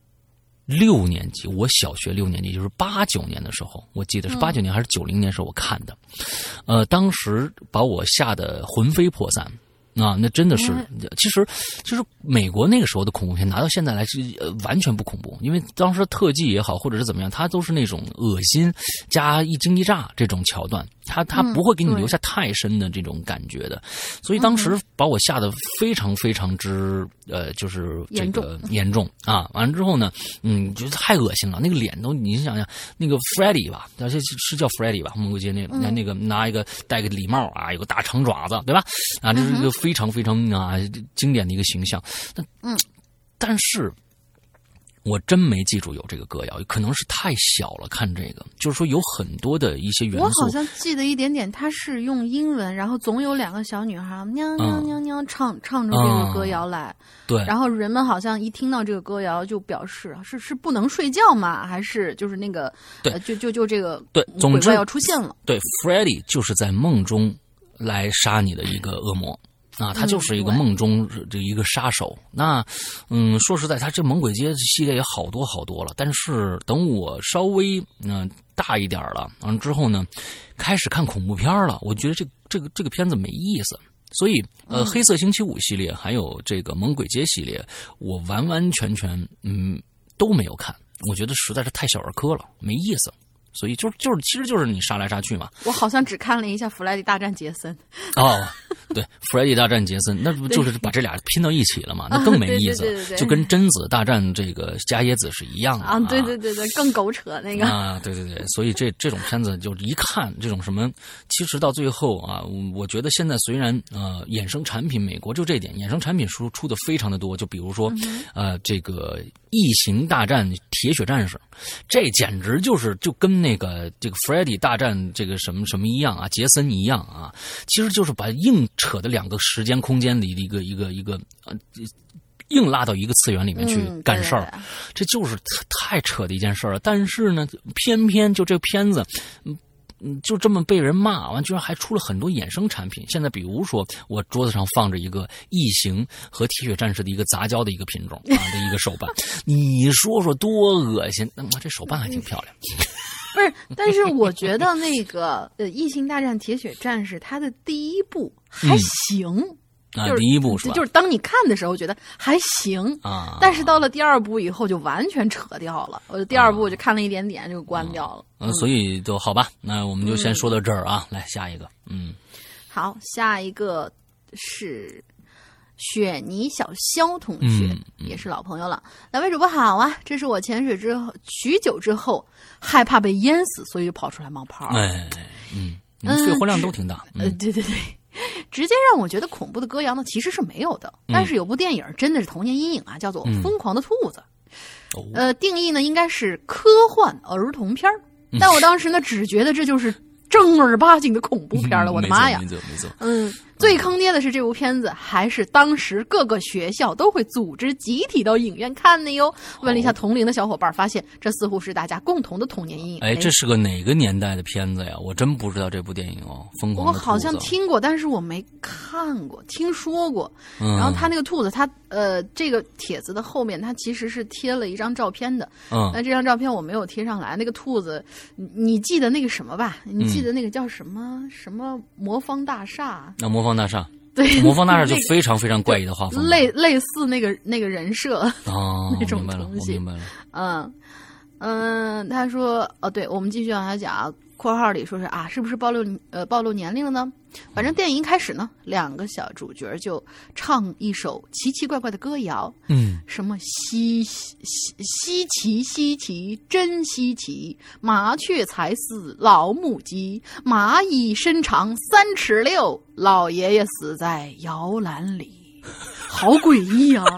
6年级，我小学6年级，就是89年的时候，我记得是89年还是90年时候我看的，当时把我吓得魂飞魄散。那真的是，其实美国那个时候的恐怖片拿到现在来是完全不恐怖，因为当时特技也好，或者是怎么样，它都是那种恶心加一惊一乍这种桥段，它不会给你留下太深的这种感觉的，所以当时把我吓得非常非常之就是这个严重啊！完了之后呢，觉得太恶心了，那个脸都你想想，那个 Freddy 吧，是叫 Freddy 吧？猛鬼街那个拿一个戴个礼帽啊，有个大长爪子，对吧？啊，这是一个非常非常经典的一个形象。但是我真没记住有这个歌谣，可能是太小了看这个，就是说有很多的一些元素。 我好像记得一点点，它是用英文，然后总有2个小女孩喵喵喵喵唱着这个歌谣来。 对。 然后人们好像一听到这个歌谣就表示是不能睡觉吗？还是就是那个就这个对，总之要出现了。 对 ，Freddy 就是在梦中来杀你的一个恶魔。他就是一个梦中这一个杀手。那，说实在，他这猛鬼街系列也好多好多了。但是等我稍微大一点了，完了之后呢，开始看恐怖片了。我觉得这个片子没意思。所以黑色星期五系列还有这个猛鬼街系列，我完完全全都没有看。我觉得实在是太小儿科了，没意思。所以其实就是你杀来杀去嘛。 我好像只看了一下《弗莱迪大战杰森》。 对，《弗莱迪大战杰森》那不就是把这俩拼到一起了嘛？那更没意思， 对， 就跟贞子大战这个伽椰子是一样的啊。 对，更狗扯那个啊，对。所以这种片子就一看这种什么，其实到最后啊，我觉得现在虽然衍生产品，美国就这点衍生产品出的非常的多，就比如说这个《异形大战铁血战士》，这简直就跟那个这个 Freddy 大战这个什么什么一样啊，杰森一样啊，其实就是把硬扯的2个时间空间里的一个硬拉到一个次元里面去干事儿，这就是太扯的一件事儿了。但是呢，偏偏就这片子。就这么被人骂完，居然还出了很多衍生产品。现在比如说，我桌子上放着一个异形和铁血战士的一个杂交的一个品种的一个手办，你说说多恶心！这手办还挺漂亮。 不是，但是我觉得那个异形大战铁血战士它的第一部还行。 第一部是吧？ 就是当你看的时候觉得还行啊，但是到了第2部以后就完全扯掉了。我第2部我就看了一点点就关掉了。 所以就好吧，那我们就先说到这儿啊。来下一个， 好，下一个是雪妮小肖同学，也是老朋友了。两位主播好啊，这是我潜水之后许久之后害怕被淹死，所以就跑出来冒泡。 肺活量都挺大。 对。 直接让我觉得恐怖的歌谣呢，其实是没有的。但是有部电影真的是童年阴影啊，叫做《疯狂的兔子》。定义呢应该是科幻儿童片儿，但我当时呢只觉得这就是正儿八经的恐怖片了，我的妈呀！ 没错。 最坑爹的是这部片子还是当时各个学校都会组织集体到影院看的哟。问了一下同龄的小伙伴，发现这似乎是大家共同的童年阴影。 哎，这是个哪个年代的片子呀？我真不知道这部电影哦，《疯狂的兔子》。 我好像听过，但是我没看过，听说过。然后他那个兔子，他这个帖子的后面，他其实是贴了一张照片的。那这张照片我没有贴上来。那个兔子，你记得那个什么吧？你记得那个叫什么魔方大厦？ 魔方大厦。 对， 魔方大厦就非常非常怪异的画风， 类似那个人设那种东西。 我明白了。他说对，我们继续往下讲。括号里说是是不是暴露年龄了呢？反正电影一开始呢，2个小主角就唱一首奇奇怪怪的歌谣，什么稀奇真稀奇，麻雀才似老母鸡，蚂蚁身长3尺6，老爷爷死在摇篮里，好诡异啊！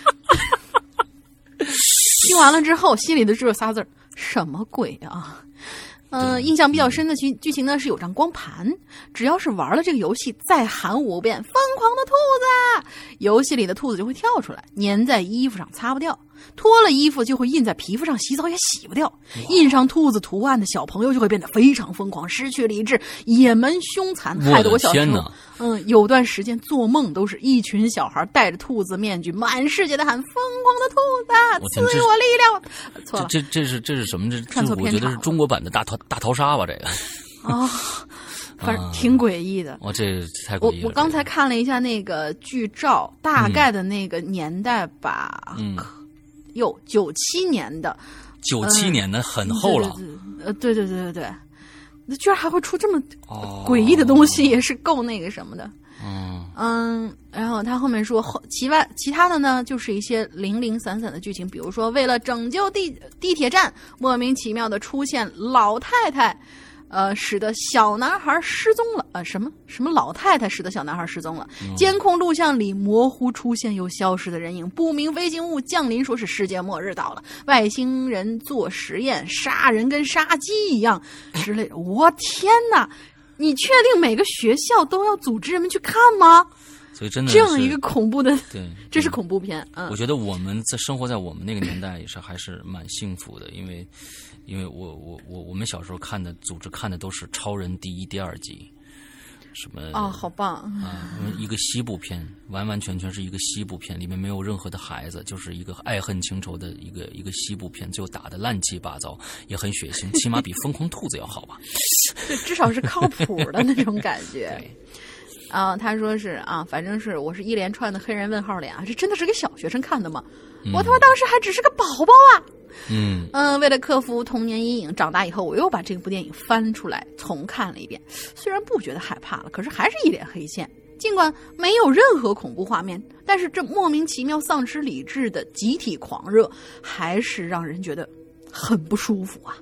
听完了之后，心里的只有仨字儿：什么鬼啊！印象比较深的剧情呢是有张光盘，只要是玩了这个游戏，再喊5遍“疯狂的兔子”，游戏里的兔子就会跳出来，粘在衣服上擦不掉，脱了衣服就会印在皮肤上，洗澡也洗不掉。印上兔子图案的小朋友就会变得非常疯狂，失去理智，野蛮凶残，害得我小时候有段时间做梦都是一群小孩戴着兔子面具，满世界的喊“疯狂的兔子，赐予我力量”。错了， 这是什么？ 看错片场了。 我觉得是中国版的大逃杀吧？这个反正挺诡异的。 这太诡异了。 我刚才看了一下那个剧照，大概的那个年代吧。97年的。 97年的很厚了。 对。那居然还会出这么诡异的东西，也是够那个什么的。然后他后面说其他的呢，就是一些零零散散的剧情，比如说为了拯救地铁站，莫名其妙的出现老太太，使得小男孩失踪了。什么老太太使得小男孩失踪了？监控录像里模糊出现又消失的人影，不明飞行物降临，说是世界末日到了，外星人做实验，杀人跟杀鸡一样之类的。我天哪！你确定每个学校都要组织人们去看吗？ 所以真的这样一个恐怖的， 对， 这是恐怖片。 我觉得我们生活在我们那个年代也是还是蛮幸福的，因为我们小时候组织看的都是超人第1、第2集，什么好棒一个西部片，完完全全是一个西部片，里面没有任何的孩子，就是一个爱恨情仇的一个西部片，最后打得乱七八糟，也很血腥，起码比疯狂兔子要好吧？ 对，至少是靠谱的那种感觉。他说是反正是我是一连串的黑人问号脸啊，这真的是给小学生看的吗？我他妈当时还只是个宝宝啊！为了克服童年阴影，长大以后我又把这部电影翻出来重看了一遍，虽然不觉得害怕了，可是还是一脸黑线。尽管没有任何恐怖画面，但是这莫名其妙丧失理智的集体狂热，还是让人觉得很不舒服啊！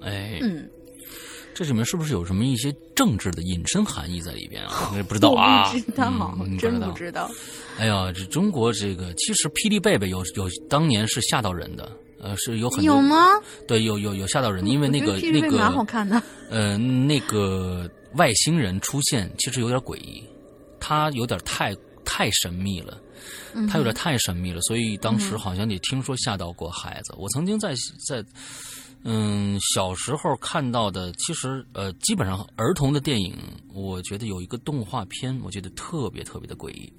这里面是不是有什么一些政治的隐身含义在里边啊？不知道啊， 真不知道。 哎呀，这中国这个其实霹雳贝贝有当年是吓到人的，是有很多有吗？对， 有吓到人的，因为那个蛮好看的。 那个外星人出现其实有点诡异，他有点太神秘了。他有点太神秘了，所以当时好像也听说吓到过孩子。我曾经在小时候看到的，其实基本上儿童的电影，我觉得有一个动画片，我觉得特别特别的诡异。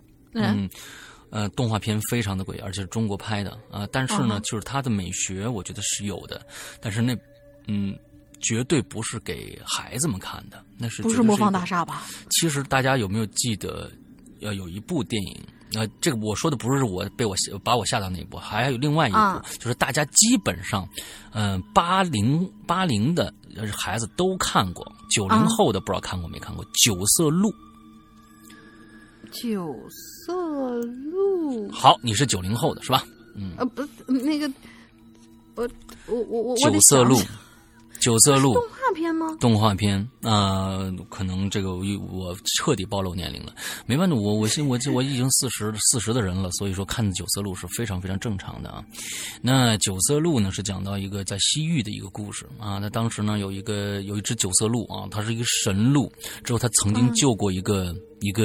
动画片非常的诡异，而且是中国拍的但是呢，就是它的美学，我觉得是有的，但是那绝对不是给孩子们看的，那是不是魔方大厦吧？ 其实大家有没有记得，有一部电影？这个我说的不是把我吓到那一部，还有另外一部，就是大家基本上，80的孩子都看过，90后的不知道看过没看过《九色鹿》。 九色鹿。 好，你是90后的是吧？ 不是那个，我九色鹿。九色鹿动画片吗？ 动画片可能这个我彻底暴露年龄了，没办法，我已经40的人了，所以说看九色鹿是非常非常正常的啊。那九色鹿呢是讲到一个在西域的一个故事啊，那当时呢有一只九色鹿啊，它是一个神鹿，之后它曾经救过一个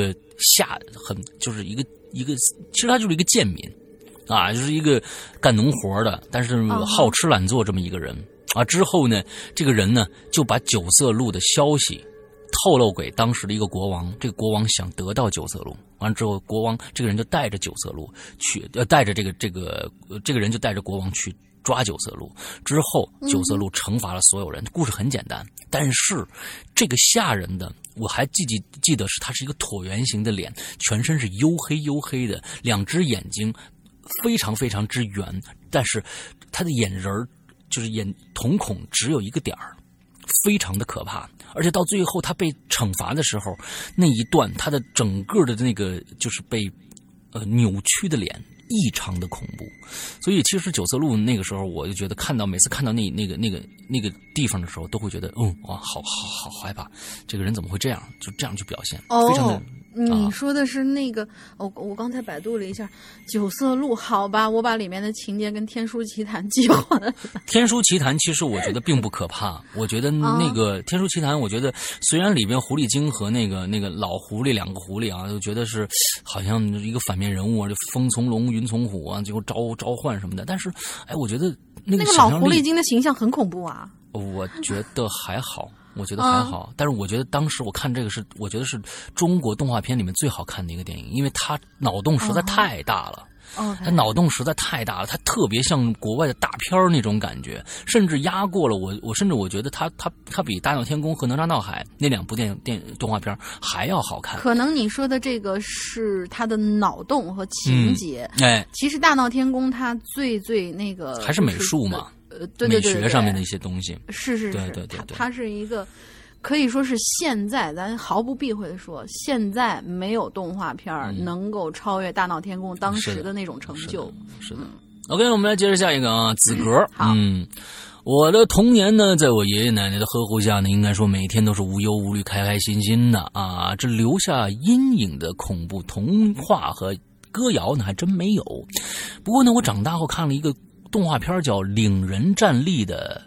就是一个，其实它就是一个贱民啊，就是一个干农活的，但是好吃懒做这么一个人。啊，之后呢，这个人呢就把九色鹿的消息透露给当时的一个国王，这个国王想得到九色鹿，完了之后，这个人就带着九色鹿去，带着这个人就带着国王去抓九色鹿。之后，九色鹿惩罚了所有人。故事很简单，但是这个吓人的，我还记得是他是一个椭圆形的脸，全身是黝黑的，两只眼睛非常非常之圆，但是他的眼仁就是瞳孔只有一个点儿，非常的可怕。而且到最后他被惩罚的时候，那一段他的整个的那个就是被扭曲的脸异常的恐怖。所以其实九色鹿那个时候我就觉得每次看到那个地方的时候都会觉得哇好害怕，这个人怎么会这样，就这样去表现，非常的你说的是那个我刚才百度了一下九色鹿，好吧，我把里面的情节跟《天书奇谭》记混了。《 天书奇谭》其实我觉得并不可怕，我觉得那个《天书奇谭》，我觉得虽然里边狐狸精和那个老狐狸两个狐狸啊，就觉得是好像一个反面人物啊，就风从龙云从虎啊，结果召唤什么的，但是我觉得那个老狐狸精的形象很恐怖啊。 我觉得还好。但是我觉得当时我看这个我觉得是中国动画片里面最好看的一个电影，因为它脑洞实在太大了。它脑洞实在太大了，它特别像国外的大片那种感觉，甚至压过了我甚至我觉得它比《大闹天宫》和《哪吒闹海》那两部动画片还要好看。 可能你说的这个是它的脑洞和情节，其实《大闹天宫》它最那个还是美术嘛。 对美学上面的一些东西， 是， 对， 它是一个可以说是现在咱毫不避讳的说，现在没有动画片能够超越《大闹天宫》当时的那种成就。 是的。OK， 我们来接着下一个啊，子格。我的童年呢，在我爷爷奶奶的呵护下呢，应该说每天都是无忧无虑、开开心心的啊。这留下阴影的恐怖童话和歌谣呢，还真没有。不过呢，我长大后看了一个动画片叫《令人站立的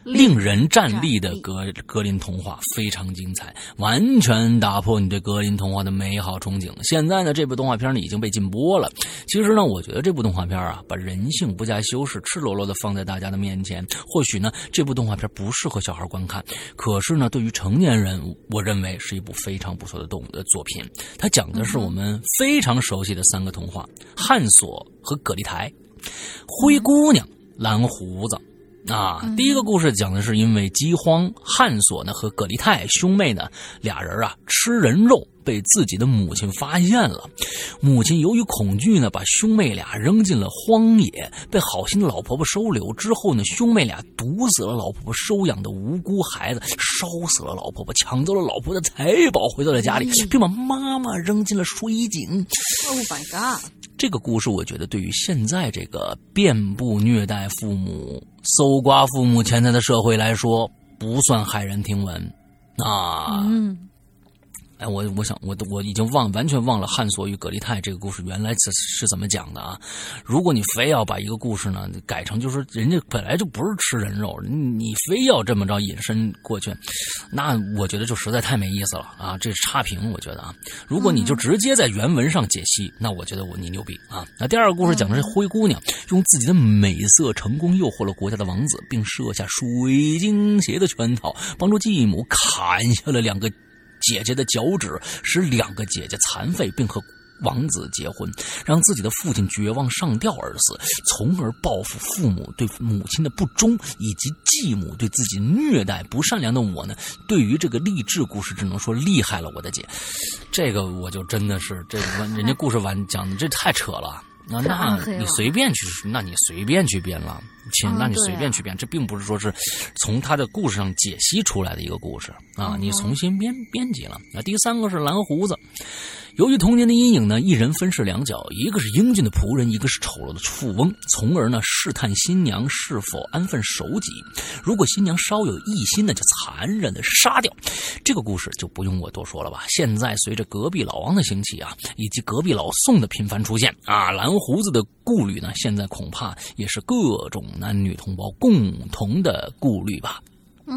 格林童话》，非常精彩，完全打破你对格林童话的美好憧憬。现在呢，这部动画片呢已经被禁播了。其实呢，我觉得这部动画片啊，把人性不加修饰、赤裸裸的放在大家的面前。或许呢，这部动画片不适合小孩观看，可是呢，对于成年人，我认为是一部非常不错的作品。它讲的是我们非常熟悉的三个童话：汉索和葛丽台、灰姑娘、蓝胡子。第一个故事讲的是因为饥荒，汉索呢和葛丽泰兄妹呢俩人吃人肉被自己的母亲发现了，母亲由于恐惧呢，把兄妹俩扔进了荒野，被好心的老婆婆收留。之后呢，兄妹俩毒死了老婆婆收养的无辜孩子，烧死了老婆婆，抢走了老婆的财宝，回到了家里，并把妈妈扔进了水井。 Oh my god！ 这个故事我觉得对于现在这个遍布虐待父母、搜刮父母钱财的社会来说，不算骇人听闻我想我已经完全忘了汉索与葛丽泰这个故事原来是怎么讲的啊！如果你非要把一个故事呢改成就是人家本来就不是吃人肉，你非要这么着引申过去，那我觉得就实在太没意思了啊！这是差评，我觉得啊，如果你就直接在原文上解析，那我觉得你牛逼啊！那第二个故事讲的是灰姑娘用自己的美色成功诱惑了国家的王子，并设下水晶鞋的圈套，帮助继母砍下了2个姐姐的脚趾，使2个姐姐残废，并和王子结婚，让自己的父亲绝望上吊而死，从而报复父母对母亲的不忠，以及继母对自己虐待不善良的我呢，对于这个励志故事只能说厉害了我的姐。这个我就真的是人家故事讲的这太扯了。那你随便去编了，那你随便去编，这并不是说是从他的故事上解析出来的一个故事啊，你重新编辑了。那第三个是蓝胡子， 由于童年的阴影呢，一人分饰两角，一个是英俊的仆人，一个是丑陋的富翁，从而呢试探新娘是否安分守己。如果新娘稍有异心呢，就残忍的杀掉。这个故事就不用我多说了吧。现在随着隔壁老王的兴起啊，以及隔壁老宋的频繁出现啊，蓝胡子的顾虑呢，现在恐怕也是各种男女同胞共同的顾虑吧。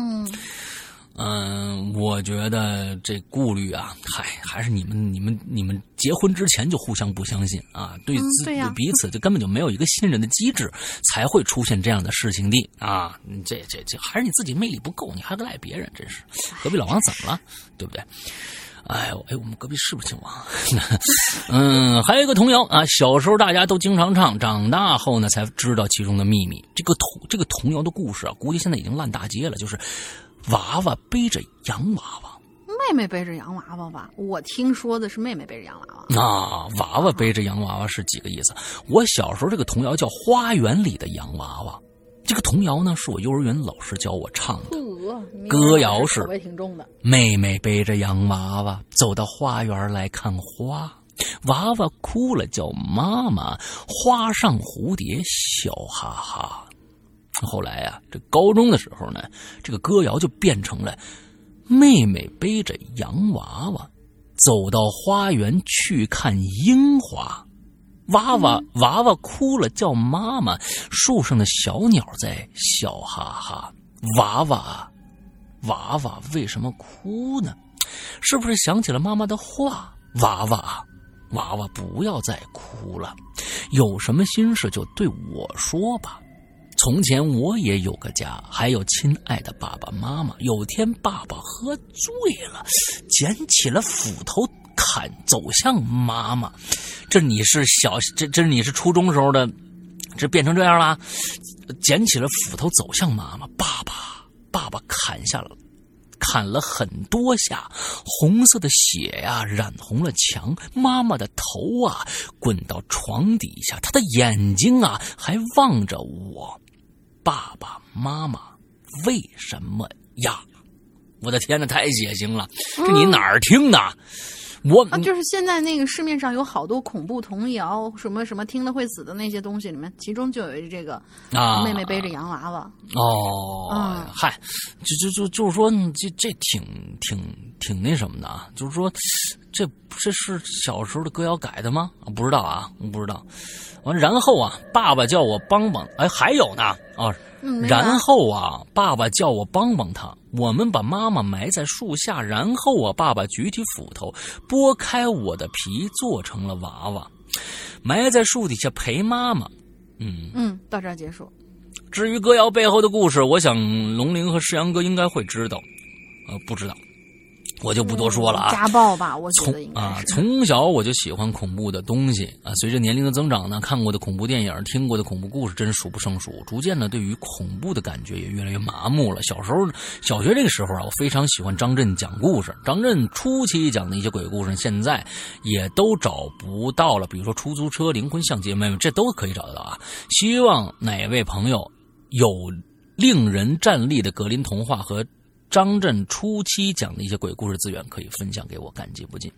我觉得这顾虑啊，还是你们结婚之前就互相不相信啊，对彼此就根本就没有一个信任的机制，才会出现这样的事情的啊。这还是你自己魅力不够，你还赖别人，真是。隔壁老王怎么了？对不对？我们隔壁是不是姓王？还有一个童谣啊，小时候大家都经常唱，长大后呢才知道其中的秘密。这个童谣的故事啊，估计现在已经烂大街了，就是娃娃背着洋娃娃。 妹妹背着洋娃娃吧？我听说的是妹妹背着洋娃娃。 娃娃背着洋娃娃是几个意思？我小时候这个童谣叫《花园里的洋娃娃》。这个童谣呢，是我幼儿园老师教我唱的。歌谣是妹妹背着洋娃娃走到花园来看花，娃娃哭了叫妈妈，花上蝴蝶笑哈哈。后来啊，这高中的时候呢，这个歌谣就变成了妹妹背着洋娃娃走到花园去看樱花，娃娃哭了叫妈妈，树上的小鸟在笑哈哈。娃娃为什么哭呢？是不是想起了妈妈的话？娃娃不要再哭了，有什么心事就对我说吧。从前我也有个家，还有亲爱的爸爸妈妈。有天爸爸喝醉了，捡起了斧头走向妈妈。这你是你是初中时候的，这变成这样了？捡起了斧头走向妈妈，爸爸砍了很多下，红色的血呀染红了墙，妈妈的头啊滚到床底下，她的眼睛啊还望着我。爸爸妈妈为什么呀？我的天哪，太血腥了！这你哪儿听的？ 就是现在那个市面上有好多恐怖童谣，什么什么听了会死的那些东西里面，其中就有这个妹妹背着洋娃娃。 嗨，就是说这挺那什么的啊，就是说这是小时候的歌谣改的吗？不知道啊，不知道。完，然后啊，爸爸叫我帮帮，还有呢啊。然后啊，爸爸叫我帮帮他，我们把妈妈埋在树下，然后啊，爸爸举起斧头，剥开我的皮，做成了娃娃，埋在树底下陪妈妈。 到这儿结束。 至于歌谣背后的故事，我想龙玲和世阳哥应该会知道，不知道。我就不多说了啊。 家暴吧，我觉得应该是。 从小我就喜欢恐怖的东西啊。随着年龄的增长呢，看过的恐怖电影、听过的恐怖故事真数不胜数。逐渐呢，对于恐怖的感觉也越来越麻木了。小学这个时候啊，我非常喜欢张震讲故事。张震初期讲的一些鬼故事，现在也都找不到了。比如说出租车、灵魂相机，这都可以找得到啊。希望哪位朋友有令人站立的格林童话和张震初期讲的一些鬼故事资源可以分享给我，感激不尽。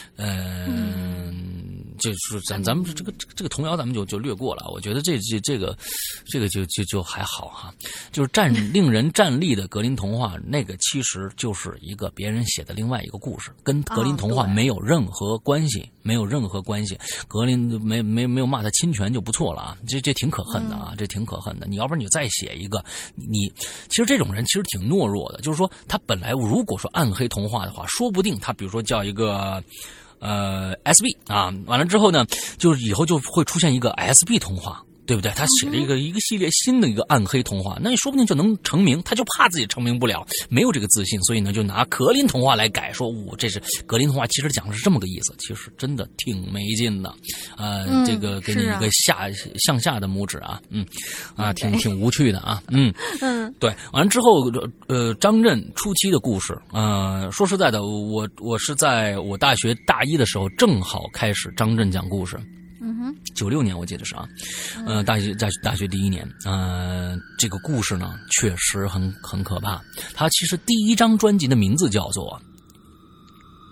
就是咱们这个童谣咱们就略过了。我觉得这个就还好哈。就是令人站立的格林童话，那个其实就是一个别人写的另外一个故事，跟格林童话没有任何关系，没有任何关系。格林没有骂他侵权就不错了啊，这挺可恨的啊，这挺可恨的。你要不然你再写一个，其实这种人其实挺懦弱的，就是说他本来如果说暗黑童话的话，说不定他比如说叫一个SB 啊，完了之后呢，就以后就会出现一个 SB 童话，对不对？他写了一个系列新的一个暗黑童话，那你说不定就能成名，他就怕自己成名不了，没有这个自信，所以呢就拿格林童话来改，说这是格林童话，其实讲的是这么个意思，其实真的挺没劲的。这个给你一个向下的拇指啊，挺无趣的啊，对。完了之后，张震初期的故事，说实在的，我是在我大学大一的时候正好开始张震讲故事。96年我记得是啊，大学第一年，这个故事呢确实很可怕。他其实第一张专辑的名字叫做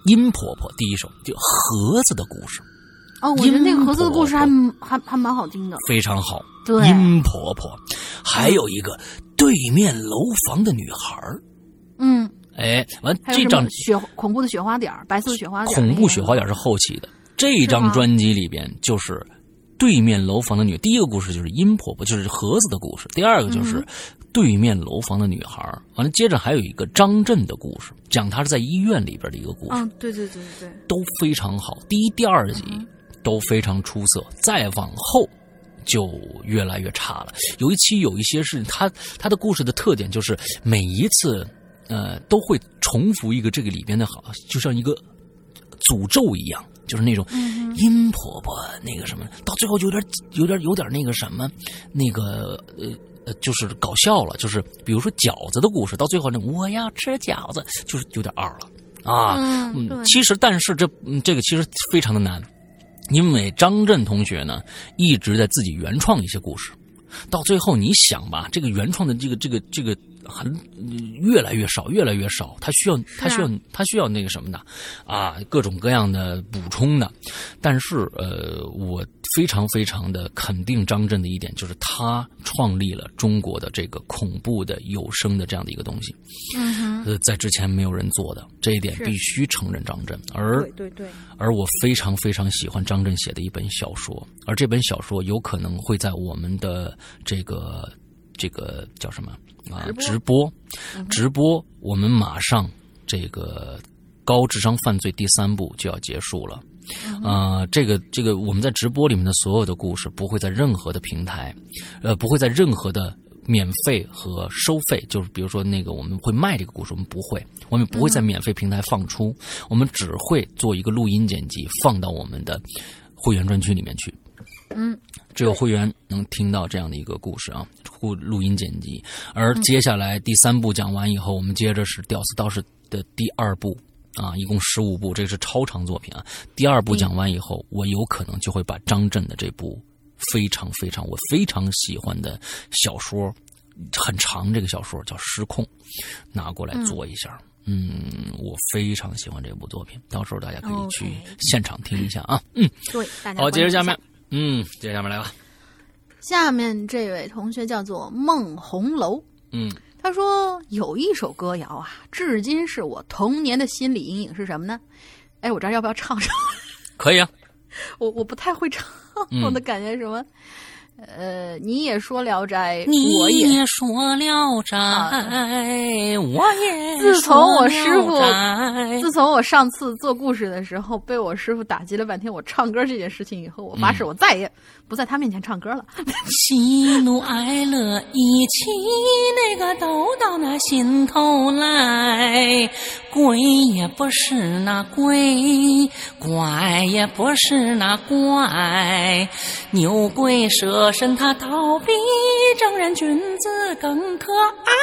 殷婆婆第一首就盒子的故事。 哦，我觉得那个盒子的故事还蛮好听的， 非常好。 对， 殷婆婆，还有一个对面楼房的女孩。完这张恐怖的雪花点，白色的雪花点。 恐怖雪花点是后期的，这张专辑里边就是对面楼房的女。第一个故事就是殷婆婆，就是盒子的故事。第二个就是对面楼房的女孩。完了，接着还有一个张震的故事，讲他是在医院里边的一个故事。 对， 都非常好。第一、第二集都非常出色，再往后就越来越差了。有一些是他的故事的特点就是每一次都会重复一个这个里边的好，就像一个诅咒一样，就是那种殷婆婆那个什么，到最后就有点那个什么，那个就是搞笑了，就是比如说饺子的故事，到最后呢，我要吃饺子，就是有点二了啊。其实但是这个其实非常的难，因为张震同学呢一直在自己原创一些故事，到最后你想吧，这个原创的这个越来越少，他需要那个什么的啊，各种各样的补充的。但是我非常非常的肯定张震的一点，就是他创立了中国的这个恐怖的有声的这样的一个东西。在之前没有人做的，这一点必须承认张震。而我非常非常喜欢张震写的一本小说，而这本小说有可能会在我们的这个叫什么啊？直播，我们马上这个高智商犯罪第3部就要结束了。这个我们在直播里面的所有的故事不会在任何的平台，不会在任何的免费和收费，就是比如说那个我们会卖这个故事，我们不会在免费平台放出，我们只会做一个录音剪辑放到我们的会员专区里面去。只有会员能听到这样的一个故事啊，录音剪辑。而接下来第3部讲完以后，我们接着是《屌丝道士》的第2部啊，一共15部，这是超长作品啊。第2部讲完以后，我有可能就会把张震的这部我非常喜欢的小说，很长，这个小说叫《失控》，拿过来做一下。我非常喜欢这部作品，到时候大家可以去现场听一下啊。 对，大家好，接着下面。接着下面来吧。 下面这位同学叫做孟红楼。他说有一首歌谣啊，至今是我童年的心理阴影，是什么呢？我这要不要唱上？ 可以啊。 我不太会唱，我的感觉什么？你也说聊斋， 我也说聊斋，我也自从我上次做故事的时候被我师傅打击了半天我唱歌这件事情以后，我发誓我再也不在他面前唱歌了。 喜怒哀乐一起那个都到那心头来，鬼也不是那鬼，怪也不是那怪，牛鬼蛇神他倒比正人君子更可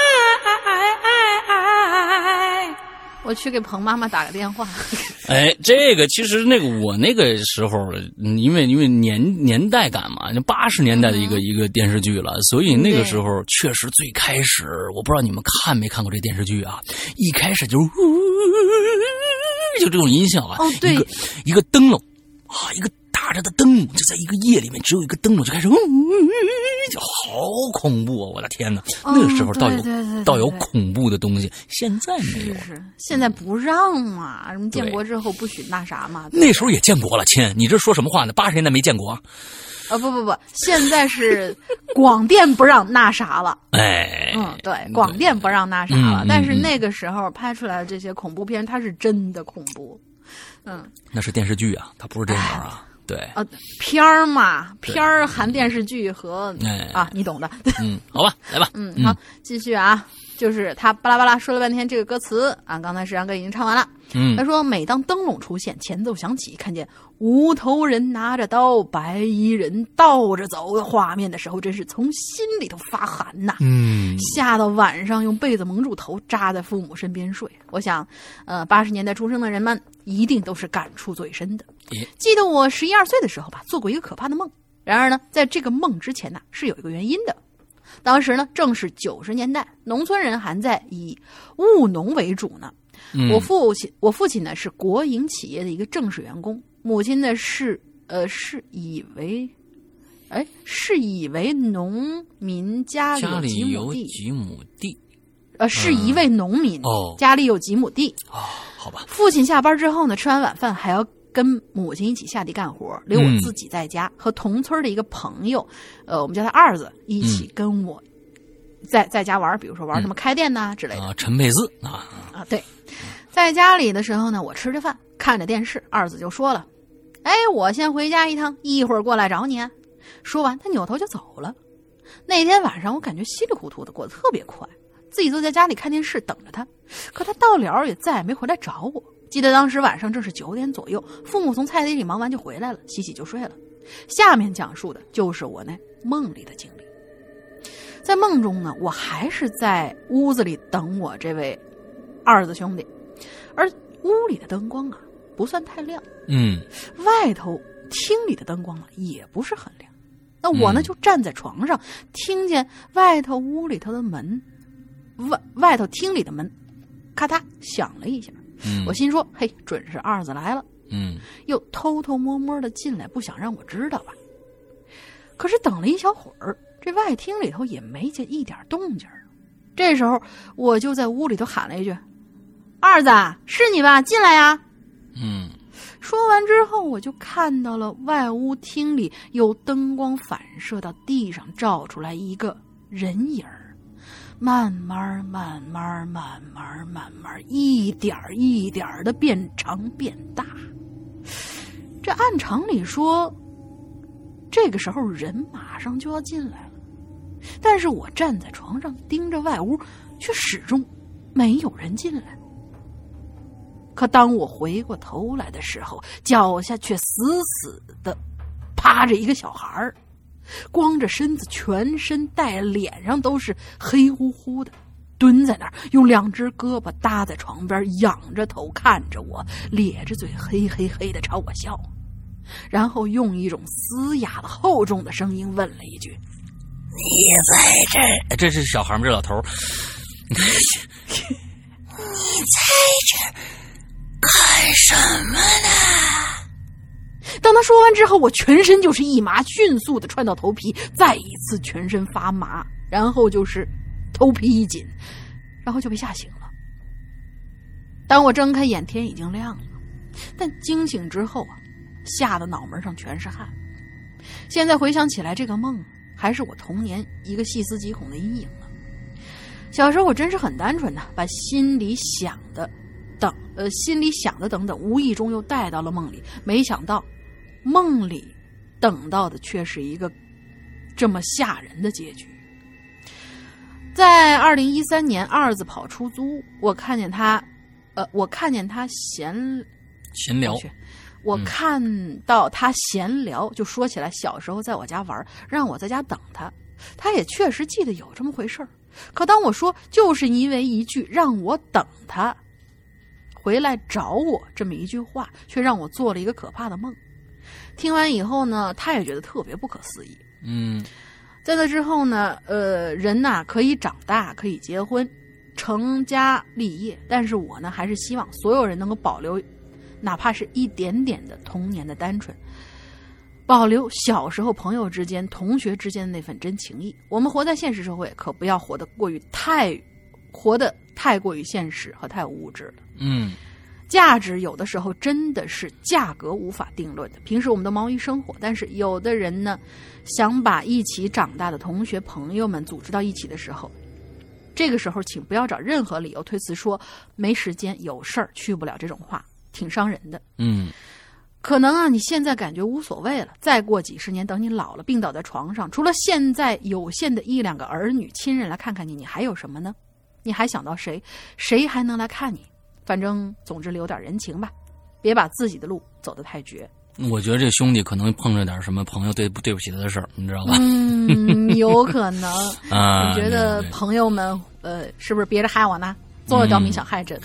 爱。 我去给彭妈妈打个电话。 这个其实我那个时候，因为年代感嘛，就80年代的一个电视剧了，所以那个时候确实最开始，我不知道你们看没看过这电视剧啊？一开始就这种音效啊， 对， 一个灯笼啊，一个打着的灯笼，就在一个夜里面只有一个灯笼就开始就好恐怖啊！我的天哪，那个时候倒有恐怖的东西，现在没有。 是现在不让嘛，什么建国之后不许那啥嘛。 那时候也建国了，亲，你这说什么话呢？80年代没建国啊？ 不，现在是广电不让那啥了。对，广电不让那啥了。但是那个时候拍出来的这些恐怖片，它是真的恐怖。 那是电视剧啊，它不是电影啊。对片儿嘛，片儿含电视剧和你懂的。 好吧，来吧。 好，继续啊，就是他巴拉巴拉说了半天这个歌词啊，刚才石阳哥已经唱完了。他说每当灯笼出现，前奏响起，看见无头人拿着刀，白衣人倒着走的画面的时候，真是从心里头发寒呐。吓到晚上用被子蒙住头，扎在父母身边睡。我想80年代出生的人们一定都是感触最深的。记得我11、12岁的时候吧，做过一个可怕的梦。然而呢，在这个梦之前呢，是有一个原因的。当时呢，正是90年代，农村人还在以务农为主呢。 我父亲呢是国营企业的一个正式员工，母亲呢是以为农民家里有几亩地，是一位农民，家里有几亩地。 好吧。 父亲下班之后呢，吃完晚饭还要跟母亲一起下地干活，留我自己在家，和同村的一个朋友，我们叫他二子，一起跟我在家玩，比如说玩什么开店呐之类的。陈佩斯对，在家里的时候呢，我吃着饭看着电视，二子就说了：“哎，我先回家一趟，一会儿过来找你啊。”说完，他扭头就走了。那天晚上我感觉稀里糊涂的过得特别快，自己坐在家里看电视等着他，可他到了也再也没回来找我。记得当时晚上正是9点左右，父母从菜地里忙完就回来了，洗洗就睡了。下面讲述的就是我那梦里的经历。在梦中呢，我还是在屋子里等我这位二子兄弟，而屋里的灯光啊不算太亮，外头厅里的灯光啊也不是很亮。那我呢就站在床上，听见外头屋里头的门，外头厅里的门咔嗒响了一下。我心说，嘿，准是二子来了。又偷偷摸摸的进来，不想让我知道吧。可是等了一小会儿，这外厅里头也没见一点动静。这时候我就在屋里头喊了一句：“二子，是你吧？进来呀！”说完之后，我就看到了外屋厅里有灯光反射到地上，照出来一个人影儿，慢慢一点一点的变长变大。这按常理说，这个时候人马上就要进来了，但是我站在床上盯着外屋，却始终没有人进来。可当我回过头来的时候，脚下却死死的趴着一个小孩，光着身子，全身带脸上都是黑乎乎的，蹲在那儿，用2只胳膊搭在床边，仰着头看着我，咧着嘴嘿嘿嘿的朝我笑，然后用一种嘶哑的厚重的声音问了一句：“你在这儿？” 这是小孩吗？这老头你在这干什么呢？当他说完之后，我全身就是一麻，迅速的窜到头皮，再一次全身发麻，然后就是头皮一紧，然后就被吓醒了。当我睁开眼，天已经亮了，但惊醒之后啊，吓得脑门上全是汗。现在回想起来，这个梦还是我童年一个细思极恐的阴影了。小时候我真是很单纯的，把心里想的等等，无意中又带到了梦里，没想到梦里等到的却是一个这么吓人的结局。在2013年，二子跑出租屋，我看见他闲聊，我看到他闲聊，就说起来小时候在我家玩，让我在家等他。他也确实记得有这么回事儿。可当我说就是因为一句让我等他回来找我这么一句话，却让我做了一个可怕的梦。听完以后呢，他也觉得特别不可思议。在那之后呢，人呐可以长大，可以结婚，成家立业，但是我呢还是希望所有人能够保留哪怕是一点点的童年的单纯，保留小时候朋友之间、同学之间的那份真情谊。我们活在现实社会，可不要活得太过于现实和太物质了。价值有的时候真的是价格无法定论的。平时我们都忙于生活，但是有的人呢，想把一起长大的同学朋友们组织到一起的时候，这个时候请不要找任何理由推辞，说没时间、有事儿、去不了，这种话挺伤人的。可能啊，你现在感觉无所谓了，再过几十年，等你老了，病倒在床上，除了现在有限的1-2个儿女亲人来看看你，你还有什么呢？你还想到谁？谁还能来看你？反正总之留点人情吧，别把自己的路走得太绝。 我觉得这兄弟可能碰着点什么朋友对不起他的事儿，你知道吧？ 有可能啊。你觉得朋友们是不是憋着害我呢？做了刁民想害朕。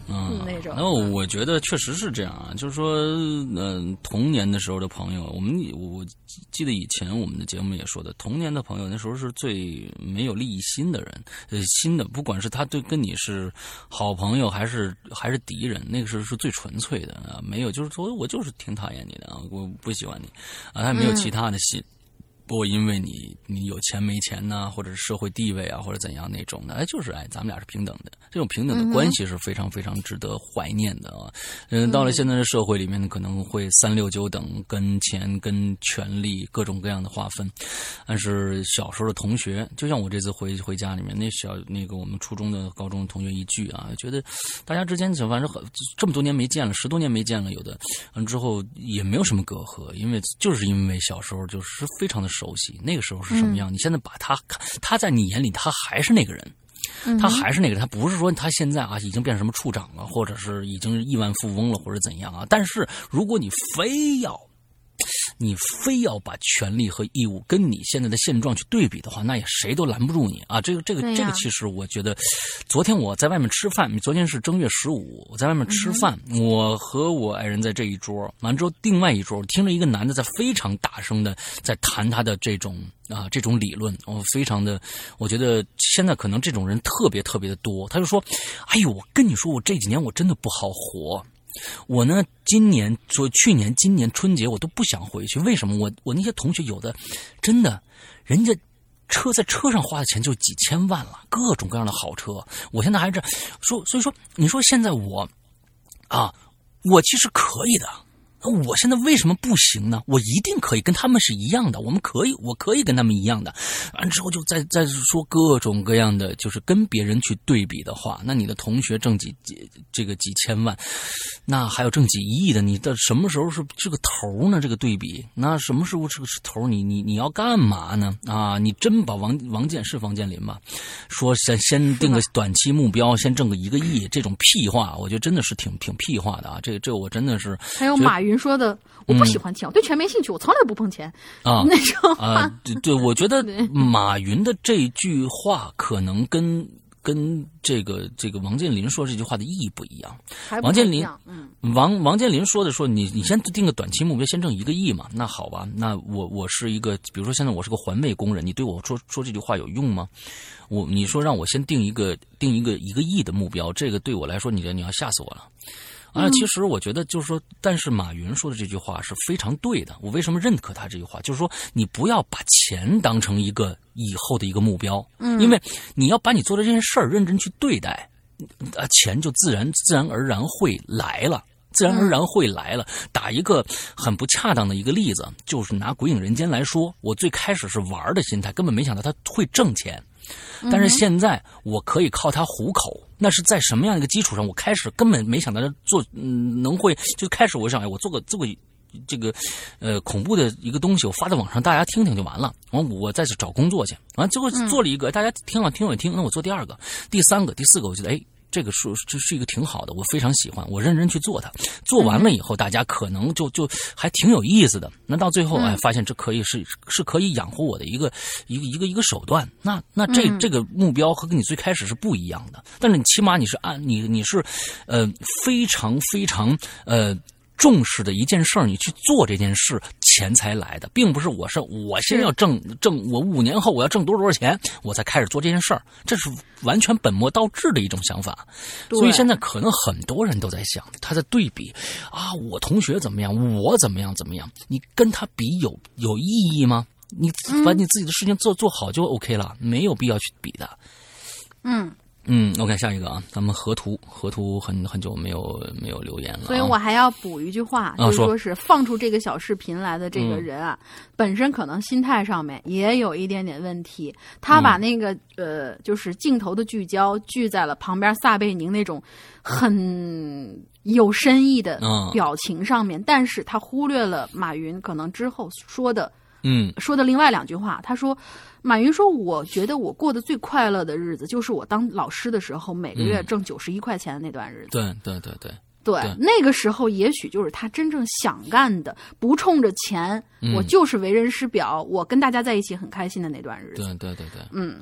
那种。 那我觉得确实是这样啊，就是说，童年的时候的朋友，我记得以前我们的节目也说的，童年的朋友那时候是最没有利益心的人，心的，不管是他跟你是好朋友还是敌人，那个时候是最纯粹的啊，没有就是说我就是挺讨厌你的啊，我不喜欢你啊，他没有其他的心。不过因为你有钱没钱呐，或者是社会地位啊，或者怎样那种的，就是咱们俩是平等的，这种平等的关系是非常非常值得怀念的啊。到了现在的社会里面，可能会3、6、9等跟钱跟权力各种各样的划分，但是小时候的同学，就像我这次回家里面那个我们初中的高中的同学一聚啊，觉得大家之间反正这么多年没见了，10多年没见了，有的之后也没有什么隔阂，因为小时候就是非常的熟悉，那个时候是什么样？你现在把他在你眼里，他还是那个人，他还是那个人，他不是说他现在啊已经变成什么处长了，或者是已经亿万富翁了，或者怎样啊？但是如果你非要把权利和义务跟你现在的现状去对比的话，那也谁都拦不住你啊！这个其实我觉得，昨天我在外面吃饭，昨天是正月15，我在外面吃饭，我和我爱人在这一桌，完之后另外一桌，我听了一个男的在非常大声的在谈他的这种理论，我觉得现在可能这种人特别特别的多。他就说：“哎呦，我跟你说，我这几年我真的不好活。”我呢，去年、今年春节我都不想回去，为什么？我那些同学有的，真的，人家在车上花的钱就几千万了，各种各样的好车。我现在还是说，所以说，你说现在我其实可以的。我现在为什么不行呢？我一定可以跟他们是一样的，我可以跟他们一样的。完之后就再说各种各样的，就是跟别人去对比的话，那你的同学挣几千万，那还有挣几亿的，你的什么时候是这个头呢？这个对比，那什么时候这个是头？你要干嘛呢？啊，你真把王健林吧，说先定个短期目标，先挣个1个亿，这种屁话，我觉得真的是挺屁话的啊！这我真的是还有马云说的，我不喜欢钱，我对钱没兴趣，我从来不碰钱啊， 那种啊，对，我觉得马云的这句话可能跟这个王健林说这句话的意义不一样。王健林，王健林说你先定个短期目标，先挣1个亿嘛。那好吧，那我是一个，比如说现在我是个环卫工人，你对我说这句话有用吗？你说让我先定一个1个亿的目标，这个对我来说，你要吓死我了。其实我觉得就是说，但是马云说的这句话是非常对的。我为什么认可他这句话？就是说，你不要把钱当成一个以后的一个目标，因为你要把你做的这件事儿认真去对待，钱就自然而然会来了。打一个很不恰当的一个例子，就是拿《鬼影人间》来说，我最开始是玩的心态，根本没想到他会挣钱。但是现在我可以靠它糊口，那是在什么样的一个基础上？我开始根本没想到做，就开始我想，我做个这个恐怖的一个东西，我发在网上，大家听听就完了。完我再去找工作去，完最后做了一个，大家听了听，那我做第2个、第3个、第4个，我觉得这个这是一个挺好的，我非常喜欢，我认真去做它。做完了以后，大家可能就还挺有意思的。那到最后，发现这可以是可以养活我的一个手段。那这个目标和跟你最开始是不一样的，但是你起码你是非常非常重视的一件事儿，你去做这件事，钱才来的，并不是我先要挣，我5年后我要挣多少钱，我才开始做这件事儿，这是完全本末倒置的一种想法。所以现在可能很多人都在想，他在对比啊，我同学怎么样，我怎么样，你跟他比有意义吗？你把你自己的事情做好就 OK 了，没有必要去比的。OK， 下一个啊，咱们河图很久没有留言了， 所以我还要补一句话，就是说是放出这个小视频来的这个人啊，本身可能心态上面也有一点点问题，他把那个就是镜头的聚焦聚在了旁边撒贝宁那种很有深意的表情上面，但是他忽略了马云可能之后说的另外2句话。他说，马云说，我觉得我过得最快乐的日子就是我当老师的时候，每个月挣91块钱的那段日子。对，那个时候也许就是他真正想干的，不冲着钱，我就是为人师表，我跟大家在一起很开心的那段日子。 对。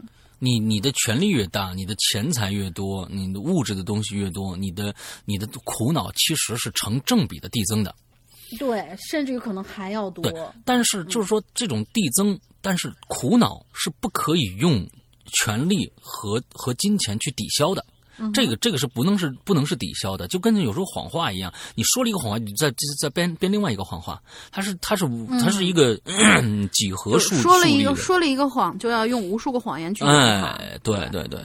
你的权力越大，你的钱财越多，你的物质的东西越多，你的苦恼其实是成正比的递增的。 对，甚至于可能还要多。 对，但是就是说这种递增，但是苦恼是不可以用权力和金钱去抵消的。这个是不能是抵消的，就跟有时候谎话一样，你说了一个谎话，你再编另外一个谎话，它是一个几何数说了一个谎，就要用无数个谎言去。 哎，对。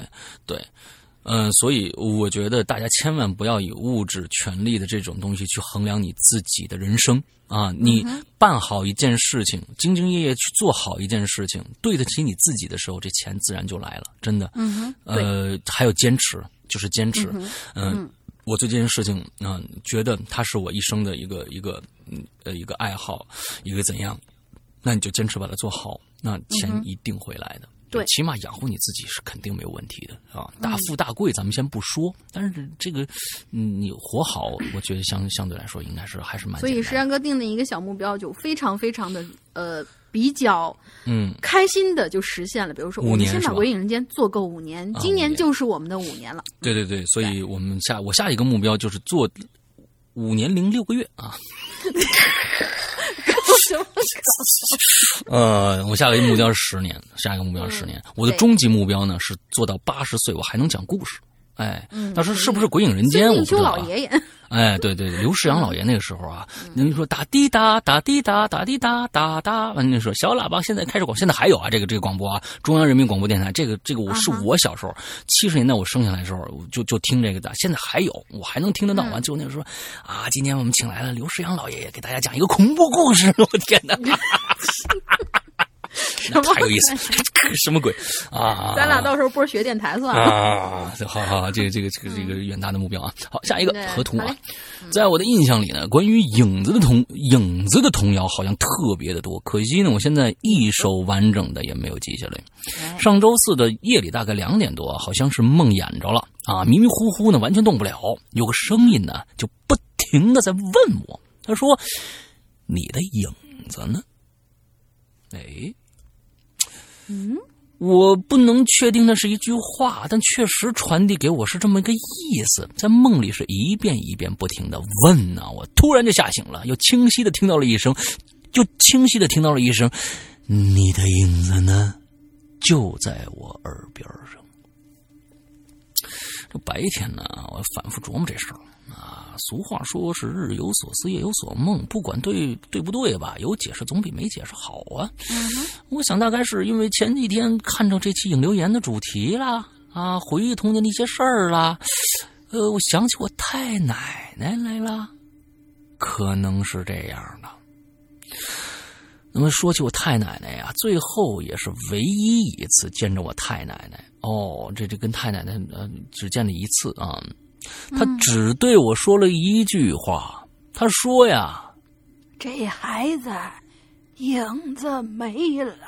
所以我觉得大家千万不要以物质、权力的这种东西去衡量你自己的人生啊！你办好一件事情，兢兢业业去做好一件事情，对得起你自己的时候，这钱自然就来了，真的。还有坚持，就是坚持。我对这件事情觉得它是我一生的一个爱好，一个怎样，那你就坚持把它做好，那钱一定会来的。 对， 起码养活你自己是肯定没有问题的啊！大富大贵咱们先不说，但是这个你活好，我觉得相对来说应该是还是蛮简单的。 所以石山哥定的一个小目标就非常非常的比较开心的就实现了。比如说，我们先把《鬼影人间》做够5年，今年就是我们的5年了。 对，所以我下一个目标就是做5年0.6个月啊。我下一个目标是10年，我的终极目标呢是做到80岁，我还能讲故事。哎，但是不是鬼影人间？我不知道老爷爷。 哎，对，刘世阳老爷那个时候啊，你说打滴答打滴答打滴答打答，那说小喇叭现在开始广，现在还有啊，这个广播啊，中央人民广播电台，这个我小时候70年代我生下来的时候就听这个的，现在还有，我还能听得到。完就那个时候啊，今天我们请来了刘世阳老爷爷给大家讲一个恐怖故事，我天哪！那太有意思，什么鬼啊？ 咱俩到时候不是学电台算了啊！好，这个远大的目标啊！好，下一个河图啊，在我的印象里呢，关于影子的童谣好像特别的多，可惜呢，我现在一首完整的也没有记下来。上周四的夜里大概2点多，好像是梦魇着了啊，迷迷糊糊呢，完全动不了，有个声音呢就不停的在问我，他说：“你的影子呢？”哎。我不能确定那是一句话，但确实传递给我是这么一个意思。在梦里是一遍一遍不停的问呢，我突然就吓醒了，又清晰的听到了一声，你的影子呢？就在我耳边上。这白天呢，我反复琢磨这事儿啊。俗话说是日有所思夜有所梦，不管对不对吧，有解释总比没解释好啊。我想大概是因为前几天看着这期影留言的主题啦，啊，回忆童年的一些事儿啦，我想起我太奶奶来了，可能是这样的。那么说起我太奶奶呀，最后也是唯一一次见着我太奶奶哦，这跟太奶奶只见了一次啊。他只对我说了一句话，他说呀：“ 这孩子影子没了。”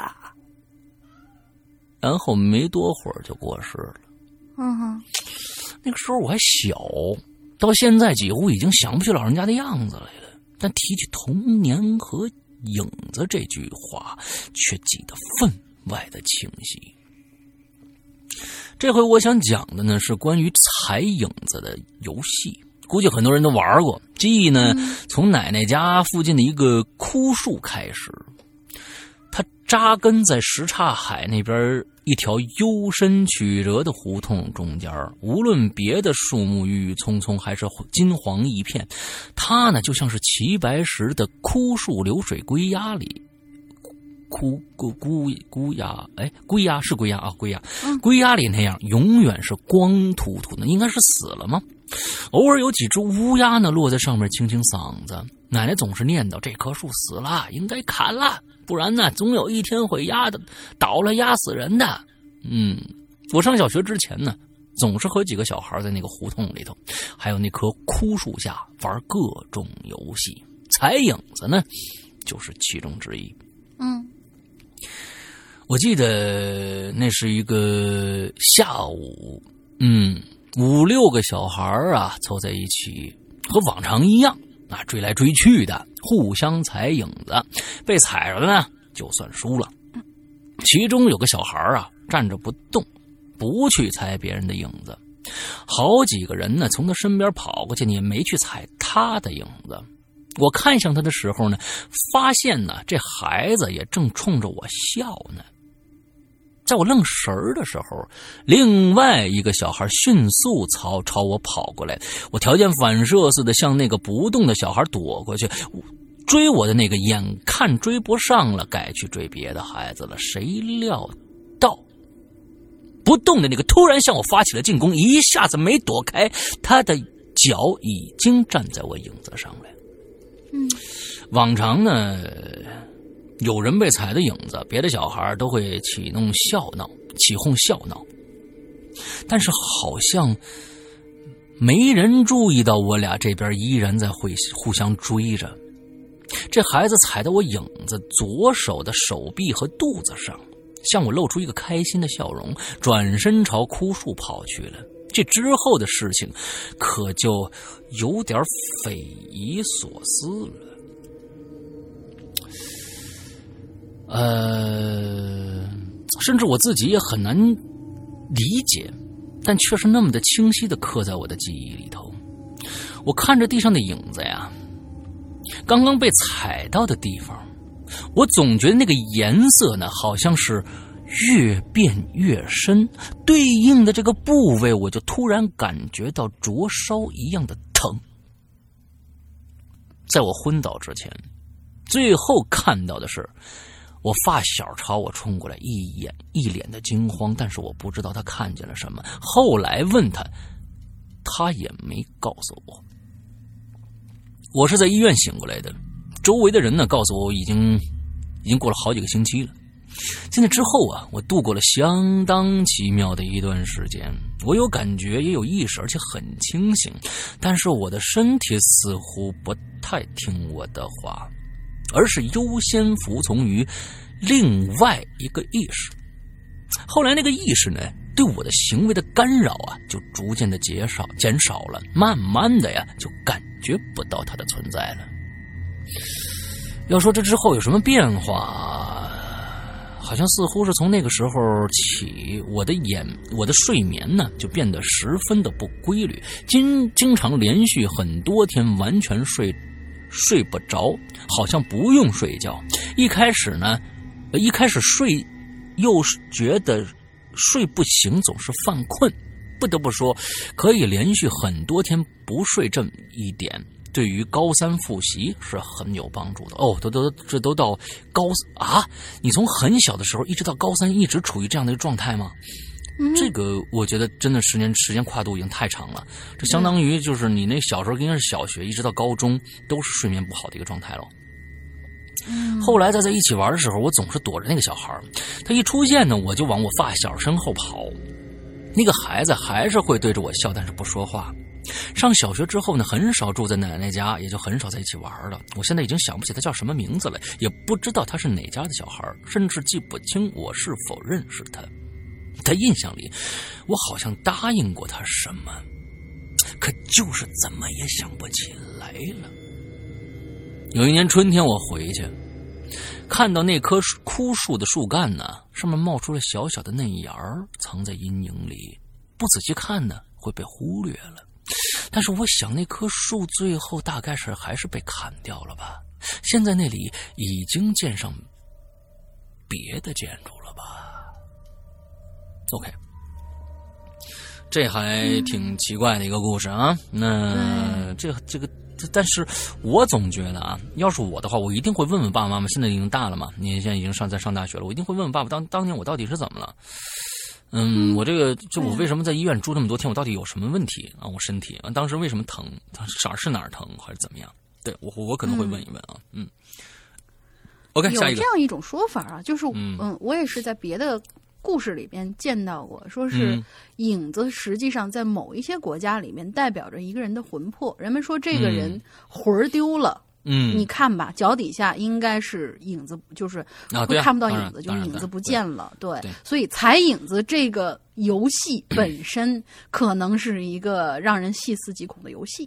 然后没多会儿就过世了。那个时候我还小，到现在几乎已经想不起老人家的样子来了，但提起童年和影子这句话，却记得分外的清晰。这回我想讲的呢是关于踩影子的游戏，估计很多人都玩过。记忆呢从奶奶家附近的一个枯树开始，它扎根在什刹海那边一条幽深曲折的胡同中间，无论别的树木郁郁葱葱还是金黄一片，它呢就像是齐白石的枯树流水归鸦里龟鸦里那样，永远是光秃秃的，应该是死了吗？偶尔有几只乌鸦呢落在上面清清嗓子，奶奶总是念叨这棵树死了，应该砍了，不然呢总有一天会倒了压死人的。我上小学之前呢，总是和几个小孩在那个胡同里头，还有那棵枯树下玩各种游戏，踩影子呢就是其中之一。我记得那是一个下午，5-6个小孩啊凑在一起，和往常一样啊，追来追去的，互相踩影子，被踩着呢就算输了。其中有个小孩啊站着不动， 不去踩别人的影子。好几个人呢从他身边跑过去，也没去踩他的影子。我看向他的时候呢，发现呢这孩子也正冲着我笑呢。在我愣神儿的时候，另外一个小孩迅速朝我跑过来，我条件反射似的向那个不动的小孩躲过去。追我的那个眼看追不上了，改去追别的孩子了。谁料到不动的那个突然向我发起了进攻，一下子没躲开，他的脚已经站在我影子上了。往常呢，有人被踩的影子，别的小孩都会起哄笑闹，但是好像没人注意到我俩这边依然在互相追着。这孩子踩到我影子左手的手臂和肚子上，向我露出一个开心的笑容，转身朝枯树跑去了。这之后的事情可就有点匪夷所思了。甚至我自己也很难理解，但却是那么的清晰地刻在我的记忆里头。我看着地上的影子呀，刚刚被踩到的地方，我总觉得那个颜色呢，好像是越变越深，对应的这个部位，我就突然感觉到灼烧一样的疼。在我昏倒之前，最后看到的是我发小朝我冲过来，一脸的惊慌，但是我不知道他看见了什么。后来问他，他也没告诉我。我是在医院醒过来的，周围的人呢告诉我已经过了好几个星期了。在那之后啊，我度过了相当奇妙的一段时间。我有感觉，也有意识，而且很清醒，但是我的身体似乎不太听我的话，而是优先服从于另外一个意识。后来那个意识呢，对我的行为的干扰啊，就逐渐的减少了，慢慢的呀，就感觉不到它的存在了。要说这之后有什么变化，好像似乎是从那个时候起，我的睡眠呢就变得十分的不规律，经常连续很多天完全睡不着，好像不用睡觉。一开始睡又觉得睡不醒，总是犯困。不得不说，可以连续很多天不睡这一点，对于高三复习是很有帮助的。这都到高啊！你从很小的时候一直到高三，一直处于这样的一个状态吗？这个我觉得真的时间跨度已经太长了，这相当于就是你那小时候应该是小学一直到高中都是睡眠不好的一个状态了。后来在一起玩的时候，我总是躲着那个小孩，他一出现呢，我就往我发小身后跑。那个孩子还是会对着我笑，但是不说话。上小学之后呢，很少住在奶奶家，也就很少在一起玩了。我现在已经想不起他叫什么名字了，也不知道他是哪家的小孩，甚至记不清我是否认识他。在印象里，我好像答应过他什么，可就是怎么也想不起来了。有一年春天，我回去看到那棵枯树的树干呢，上面冒出了小小的嫩芽儿，藏在阴影里，不仔细看呢会被忽略了。但是我想那棵树最后大概还是被砍掉了吧，现在那里已经建上别的建筑了吧。 OK， 这还挺奇怪的一个故事啊。那这个但是我总觉得啊，要是我的话，我一定会问问爸爸妈妈，现在已经大了嘛，你现在已经上大学了，我一定会问问爸爸，当年我到底是怎么了。我我为什么在医院住这么多天，我到底有什么问题啊？我身体啊，当时为什么疼？是哪儿疼还是怎么样？对，我可能会问一问啊。OK， 下一个。 有这样一种说法啊，就是我也是在别的故事里边见到过，说是影子实际上在某一些国家里面代表着一个人的魂魄，人们说这个人魂丢了。你看吧，脚底下应该是影子，就是会看不到影子，就是影子不见了。对，所以踩影子这个游戏本身可能是一个让人细思极恐的游戏。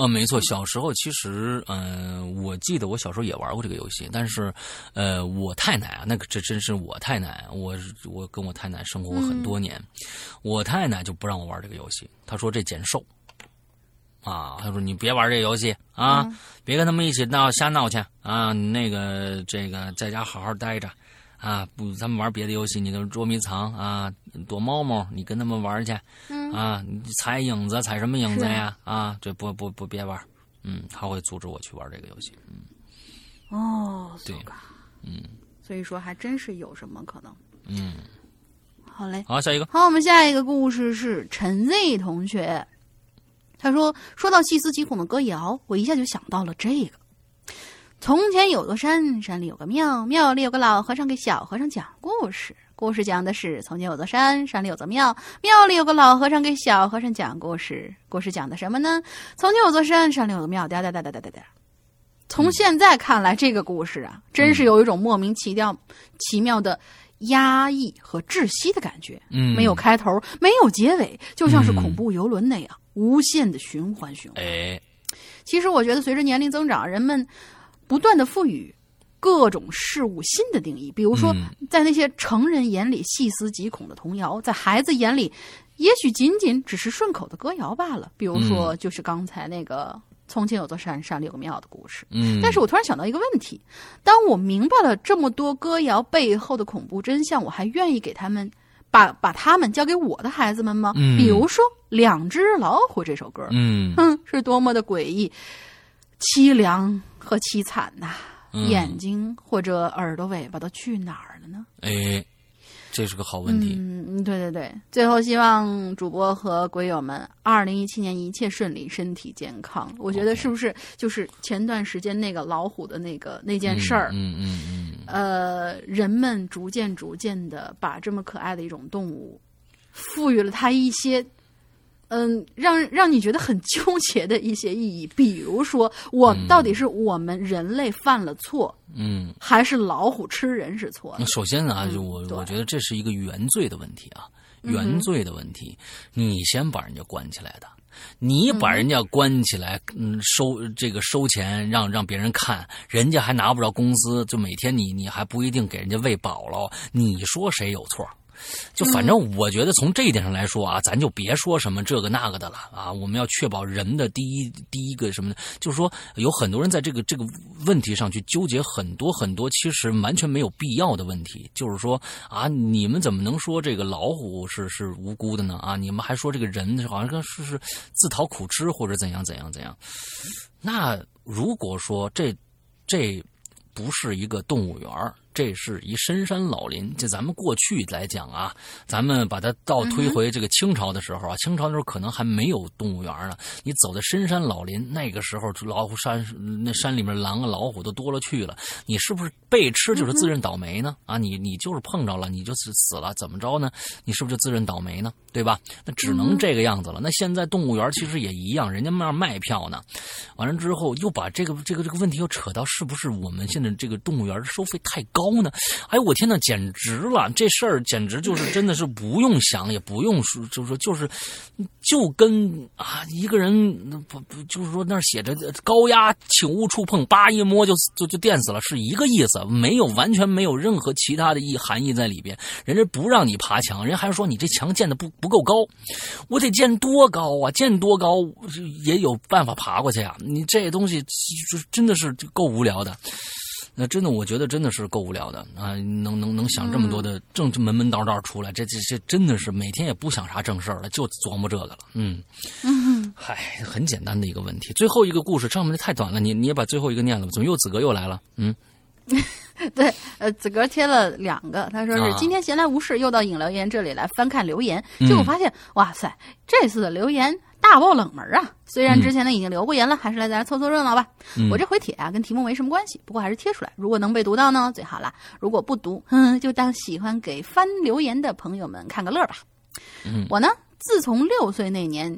没错，小时候其实，我记得我小时候也玩过这个游戏，但是，我太奶啊，这真是我太奶，我跟我太奶生活过很多年，我太奶就不让我玩这个游戏，她说这减寿，啊，她说你别玩这个游戏啊，别跟他们一起瞎闹去啊，这个在家好好待着。啊，不，咱们玩别的游戏，你都捉迷藏啊，躲猫猫，你跟他们玩去，啊，你踩影子，踩什么影子呀？啊，这不别玩，他会阻止我去玩这个游戏， 哦， 对， 所以说还真是有什么可能，好嘞， 好，下一个， 好，我们下一个故事是陈 Z 同学，他说到细思极恐的歌谣，我一下就想到了这个。从前有座山，山里有个庙，庙里有个老和尚给小和尚讲故事。故事讲的是从前有座山，山里有座庙，庙里有个老和尚给小和尚讲故事。故事讲的什么呢？从前有座山，山里有个庙，从现在看来，这个故事啊，真是有一种莫名其妙的压抑和窒息的感觉。没有开头，没有结尾，就像是恐怖游轮那样，无限的循环。其实我觉得，随着年龄增长，人们不断的赋予各种事物新的定义，比如说，在那些成人眼里细思极恐的童谣，在孩子眼里，也许仅仅只是顺口的歌谣罢了。比如说，就是刚才那个从前有座山，山里有个庙的故事。但是我突然想到一个问题：当我明白了这么多歌谣背后的恐怖真相，我还愿意给他们把他们交给我的孩子们吗？比如说《两只老虎》这首歌，是多么的诡异、凄凉和凄惨呐！眼睛或者耳朵、尾巴都去哪儿了呢？ 这是个好问题。 对。最后希望主播和鬼友们2017年一切顺利，身体健康。我觉得是不是就是前段时间那个老虎的那件事儿？人们逐渐的把这么可爱的一种动物，赋予了它一些。让你觉得很纠结的一些意义，比如说，到底是我们人类犯了错，还是老虎吃人是错的？ 首先啊，我觉得这是一个原罪的问题啊，原罪的问题，你先把人家关起来的。你把人家关起来，收钱，让别人看，人家还拿不着工资，就每天你还不一定给人家喂饱了，你说谁有错？就反正我觉得从这一点上来说啊，咱就别说什么这个那个的了啊，我们要确保人的第一个什么呢？就是说有很多人在这个问题上去纠结很多其实完全没有必要的问题。就是说啊，你们怎么能说这个老虎是无辜的呢？啊，你们还说这个人好像是自讨苦吃或者怎样。那如果说这不是一个动物园，这是一深山老林。就咱们过去来讲啊，咱们把它倒推回这个清朝的时候啊，清朝的时候可能还没有动物园呢。你走的深山老林，那个时候老虎山那山里面狼啊老虎都多了去了，你是不是被吃就是自认倒霉呢？啊，你就是碰着了，你就是死了，怎么着呢？你是不是就自认倒霉呢？对吧？那只能这个样子了。那现在动物园其实也一样，人家卖票呢，完了之后又把这个问题又扯到是不是我们现在这个动物园收费太高呢？哎，我天哪，简直了！这事儿简直就是真的是不用想，也不用说，就跟啊一个人就是说那儿写着高压请勿触碰，叭一摸就电死了，是一个意思，完全没有任何其他的含义在里边。人家不让你爬墙，人还说你这墙建的不够高，我得建多高啊？建多高也有办法爬过去啊？你这东西真的是够无聊的。那真的，我觉得真的是够无聊的啊！能想这么多的门道出来，这真的是每天也不想啥正事儿了，就琢磨这个了。嗨，很简单的一个问题。最后一个故事上面太短了，你也把最后一个念了吧？怎么又子格又来了？ 对，子格贴了2个，他说是今天闲来无事，又到影留言这里来翻看留言，结果发现，哇塞，这次的留言大爆冷门啊！虽然之前呢已经留过言了，还是来咱凑热闹吧。我这回帖啊跟题目没什么关系，不过还是贴出来，如果能被读到呢最好啦，如果不读，就当喜欢给翻留言的朋友们看个乐吧。我呢自从6岁那年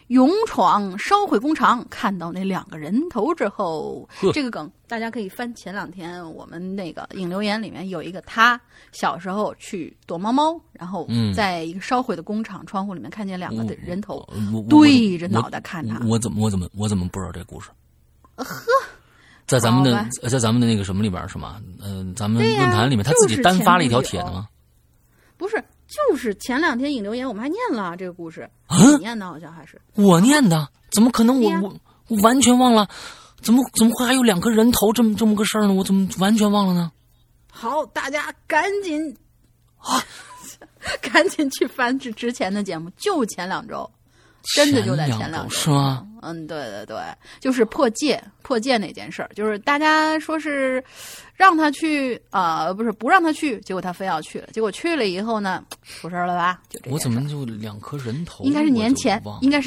勇闯烧毁工厂，看到那2个人头之后，这个梗大家可以翻前2天我们那个引留言里面有一个他小时候去躲猫猫，然后在一个烧毁的工厂窗户里面看见2个人头对着脑袋看他。 我怎么不知道这个故事？在咱们的那个什么里边是吗？咱们论坛里面他自己单发了一条帖子吗？ 不是，就是前2天引留言我们还念了这个故事，你念的好像还是我念的，怎么可能？我完全忘了，怎么会还有2个人头这么个事儿呢？我怎么完全忘了呢？ 好，大家赶紧赶紧去翻之前的节目，就前2周。真的就在前2周是吗？ 对，就是破戒那件事儿，就是大家说是让他去不让他去，结果他非要去了，结果去了以后呢，出事了吧？就这我怎么就2颗人头？ 应该是年前。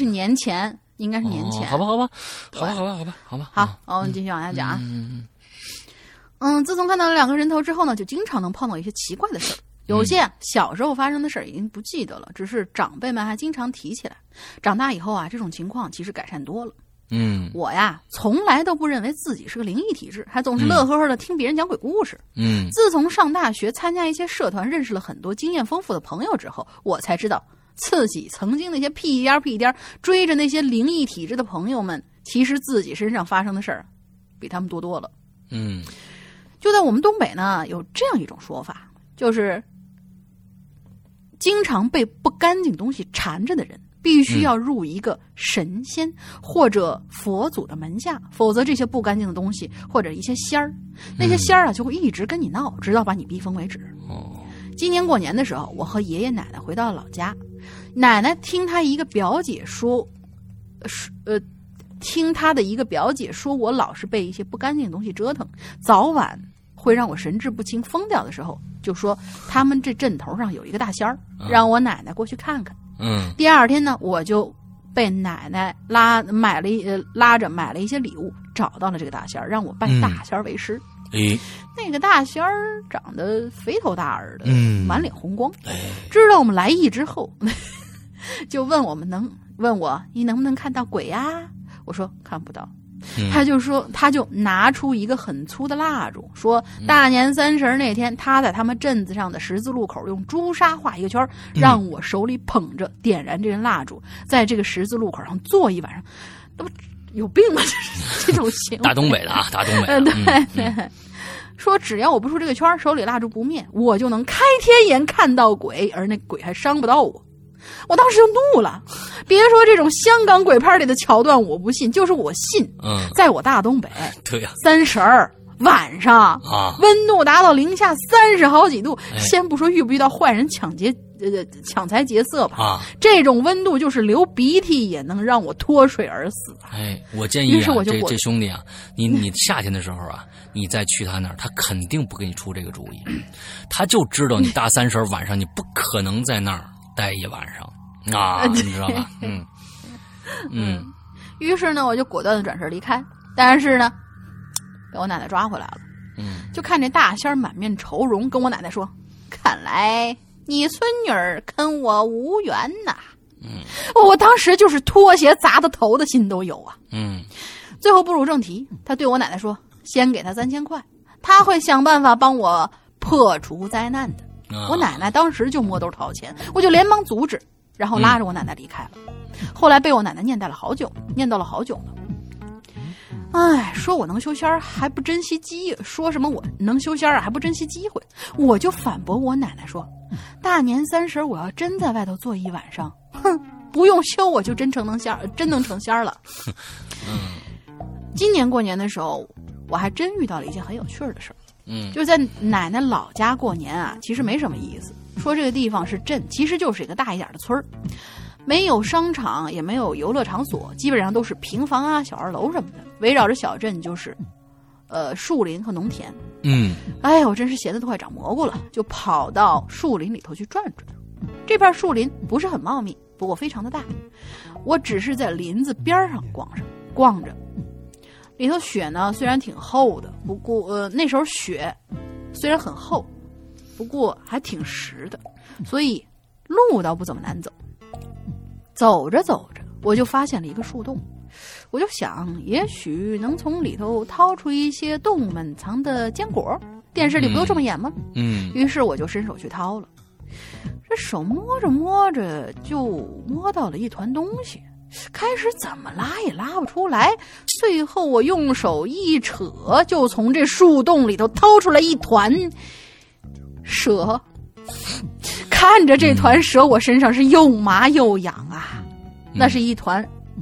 好吧。 好，我们继续往下讲啊。自从看到了2个人头之后呢，就经常能碰到一些奇怪的事儿。有些小时候发生的事儿已经不记得了，只是长辈们还经常提起来。长大以后啊，这种情况其实改善多了。我呀，从来都不认为自己是个灵异体质，还总是乐呵呵的听别人讲鬼故事。自从上大学参加一些社团，认识了很多经验丰富的朋友之后，我才知道自己曾经那些屁颠追着那些灵异体质的朋友们，其实自己身上发生的事儿比他们多了。就在我们东北呢，有这样一种说法，就是经常被不干净东西缠着的人，必须要入一个神仙或者佛祖的门下，否则这些不干净的东西或者一些仙儿，那些仙儿啊就会一直跟你闹，直到把你逼疯为止。今年过年的时候，我和爷爷奶奶回到了老家，奶奶听她的一个表姐说我老是被一些不干净的东西折腾，早晚会让我神志不清疯掉的时候，就说他们这镇头上有一个大仙儿，让我奶奶过去看看。第2天呢，我就被奶奶拉着买了一些礼物，找到了这个大仙儿，让我拜大仙儿为师。那个大仙儿长得肥头大耳的，满脸红光。知道我们来意之后，就问我你能不能看到鬼呀？我说看不到。他就拿出一个很粗的蜡烛，说大年30那天，他在他们镇子上的十字路口用朱砂画一个圈，让我手里捧着点燃这根蜡烛，在这个十字路口上坐一晚上。那不有病吗？这种行为。 大东北的啊，大东北的。 对。说只要我不出这个圈，手里蜡烛不灭，我就能开天眼看到鬼，而那鬼还伤不到我。我当时就怒了，别说这种香港鬼片里的桥段我不信，就是我信。在我大东北， 对呀 ，30晚上温度达到零下30好几度，先不说遇不遇到坏人抢财劫色吧，这种温度就是流鼻涕也能让我脱水而死。 我建议这兄弟啊，你夏天的时候啊，你再去他那儿，他肯定不给你出这个主意，他就知道你大30晚上你不可能在那儿待一晚上啊，你知道吧？ 于是呢，我就果断的转身离开，但是呢，被我奶奶抓回来了。就看这大仙满面愁容，跟我奶奶说：“看来你孙女儿跟我无缘呐。”我当时就是拖鞋砸到头的心都有啊。最后步入正题，他对我奶奶说：“先给他3000块，他会想办法帮我破除灾难的。”我奶奶当时就摸兜掏钱，我就连忙阻止，然后拉着我奶奶离开了。后来被我奶奶念叨了好久呢。说我能修仙儿还不珍惜说什么我能修仙儿还不珍惜机会，我就反驳我奶奶说，大年30我要真在外头坐一晚上，不用修我就真能成仙儿了。今年过年的时候，我还真遇到了一件很有趣的事儿。就在奶奶老家过年啊，其实没什么意思。说这个地方是镇，其实就是一个大一点的村儿，没有商场，也没有游乐场所，基本上都是平房啊、小2楼什么的。围绕着小镇就是树林和农田。我真是闲得都快长蘑菇了，就跑到树林里头去转转。这片树林不是很茂密，不过非常的大。我只是在林子边上逛着。里头雪呢虽然挺厚的，不过那时候雪虽然很厚，不过还挺实的，所以路倒不怎么难走。走着走着， 我就发现了一个树洞。我就想，也许能从里头掏出一些动物们藏的坚果，电视里不都这么演吗？于是我就伸手去掏了，这手摸着摸着就摸到了一团东西，开始怎么拉也拉不出来，最后我用手一扯，就从这树洞里头掏出来一团蛇。看着这团蛇，我身上是又麻又痒啊！那是一团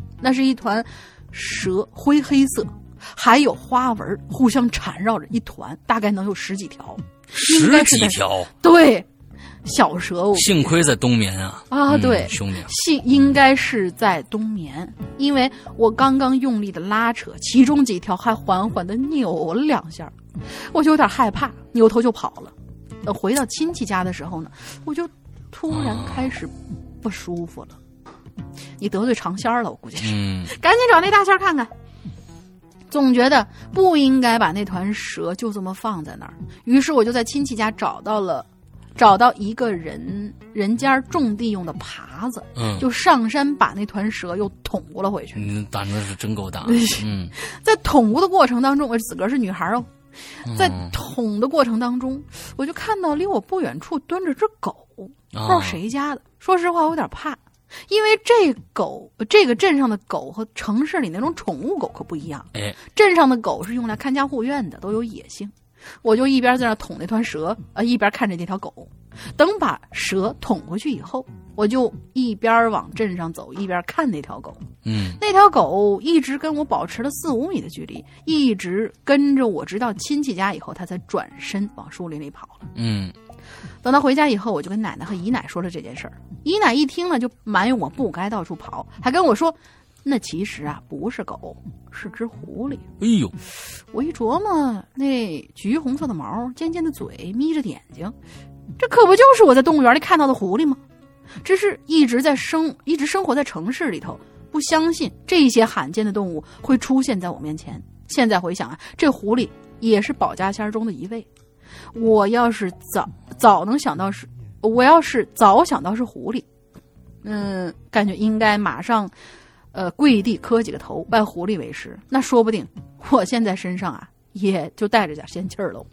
蛇，灰黑色，还有花纹，互相缠绕着一团，大概能有10几条。 10几条？ 对，小蛇。 幸亏在冬眠啊！ 对， 兄弟， 应该是在冬眠，因为我刚刚用力的拉扯，其中几条还缓缓的扭了2下，我就有点害怕，扭头就跑了。等回到亲戚家的时候呢，我就突然开始不舒服了。你得罪尝鲜了，我估计是。赶紧找那大仙看看。总觉得不应该把那团蛇就这么放在那儿，于是我就在亲戚家找到一个人家种地用的耙子，就上山把那团蛇又捅咕了回去。 你胆子是真够大。 在捅咕的过程当中，我自个儿是女孩哦，在捅的过程当中，我就看到离我不远处蹲着只狗，不知道谁家的。说实话，我有点怕。因为这个镇上的狗和城市里那种宠物狗可不一样。镇上的狗是用来看家护院的，都有野性。我就一边在那捅那团蛇，一边看着这条狗。等把蛇捅过去以后，我就一边往镇上走，一边看那条狗。那条狗一直跟我保持了4、5米的距离，一直跟着我直到亲戚家以后，它才转身往树林里跑了。等到回家以后，我就跟奶奶和姨奶说了这件事儿。姨奶一听呢，就埋怨我不该到处跑，还跟我说，那其实啊不是狗，是只狐狸。 哎呦！ 我一琢磨，那橘红色的毛，尖尖的嘴，眯着眼睛，这可不就是我在动物园里看到的狐狸吗？只是一直生活在城市里头，不相信这些罕见的动物会出现在我面前。现在回想啊，这狐狸也是保家仙中的一位。我要是早想到是狐狸，感觉应该马上跪地磕几个头，拜狐狸为师。那说不定我现在身上啊也就带着点仙气儿喽。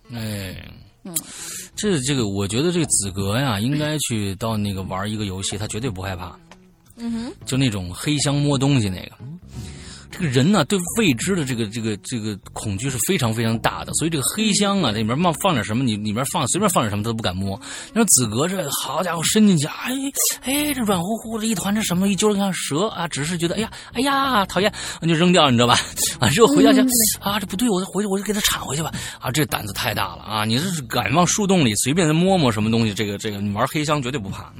这个我觉得这个子格呀，应该去到那个玩一个游戏，他绝对不害怕。就那种黑箱摸东西那个。这个人呢，对未知的这个恐惧是非常非常大的，所以这个黑箱啊，里面放点什么，你里面随便放点什么他都不敢摸。然后子格这好家伙伸进去，这软乎乎的一团，这什么一揪着像蛇啊，只是觉得哎呀讨厌，就扔掉，你知道吧？之后回家去这不对，我就给他铲回去吧。这胆子太大了啊！你这是敢往树洞里随便摸什么东西，这个你玩黑箱绝对不怕。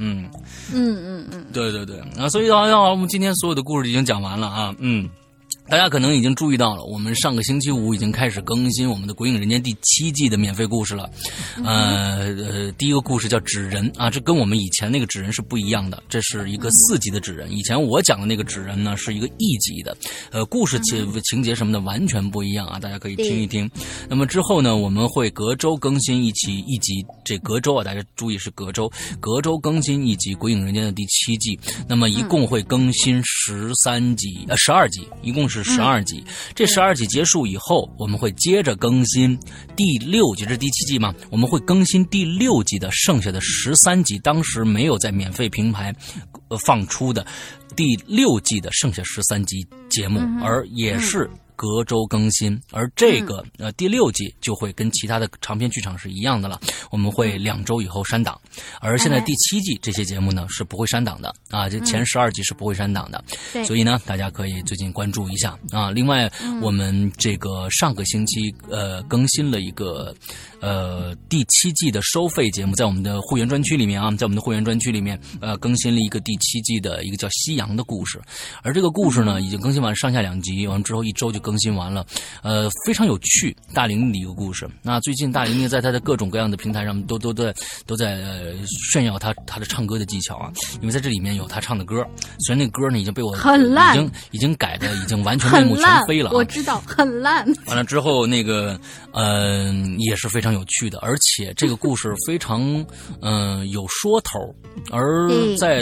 对所以我们今天所有的故事已经讲完了啊。大家可能已经注意到了，我们上个星期五已经开始更新我们的《鬼影人间》第7季的免费故事了。第一个故事叫纸人啊，这跟我们以前那个纸人是不一样的，这是一个4级的纸人。以前我讲的那个纸人呢是一个1级的，故事情节什么的完全不一样啊，大家可以听一听。那么之后呢，我们会隔周更新一集，这隔周啊，大家注意是隔周更新一集《鬼影人间》的第7季。那么一共会更新12集，一共是12集。这12集结束以后，我们会接着更新第6集，这是第7季嘛？我们会更新第6集的剩下的13集，当时没有在免费平台放出的第6季的剩下13集节目，而也是隔周更新。而这个第6季就会跟其他的长篇剧场是一样的了，我们会2周以后删档。而现在第7季这些节目呢是不会删档的啊，这前12集是不会删档的。所以呢，大家可以最近关注一下啊。另外，我们这个上个星期更新了一个第7季的收费节目，在我们的会员专区里面更新了一个第7季的一个叫西洋的故事。而这个故事呢已经更新完上下2集，完之后1周就更新完了。非常有趣，大玲的一个故事。那最近大玲在他的各种各样的平台上都在炫耀他的唱歌的技巧啊，因为在这里面有他唱的歌，虽然那歌呢已经被我很烂， 已经改的已经完全面目全非了啊， 我知道很烂。 完了之后那个也是非常有趣的，而且这个故事非常有说头，而在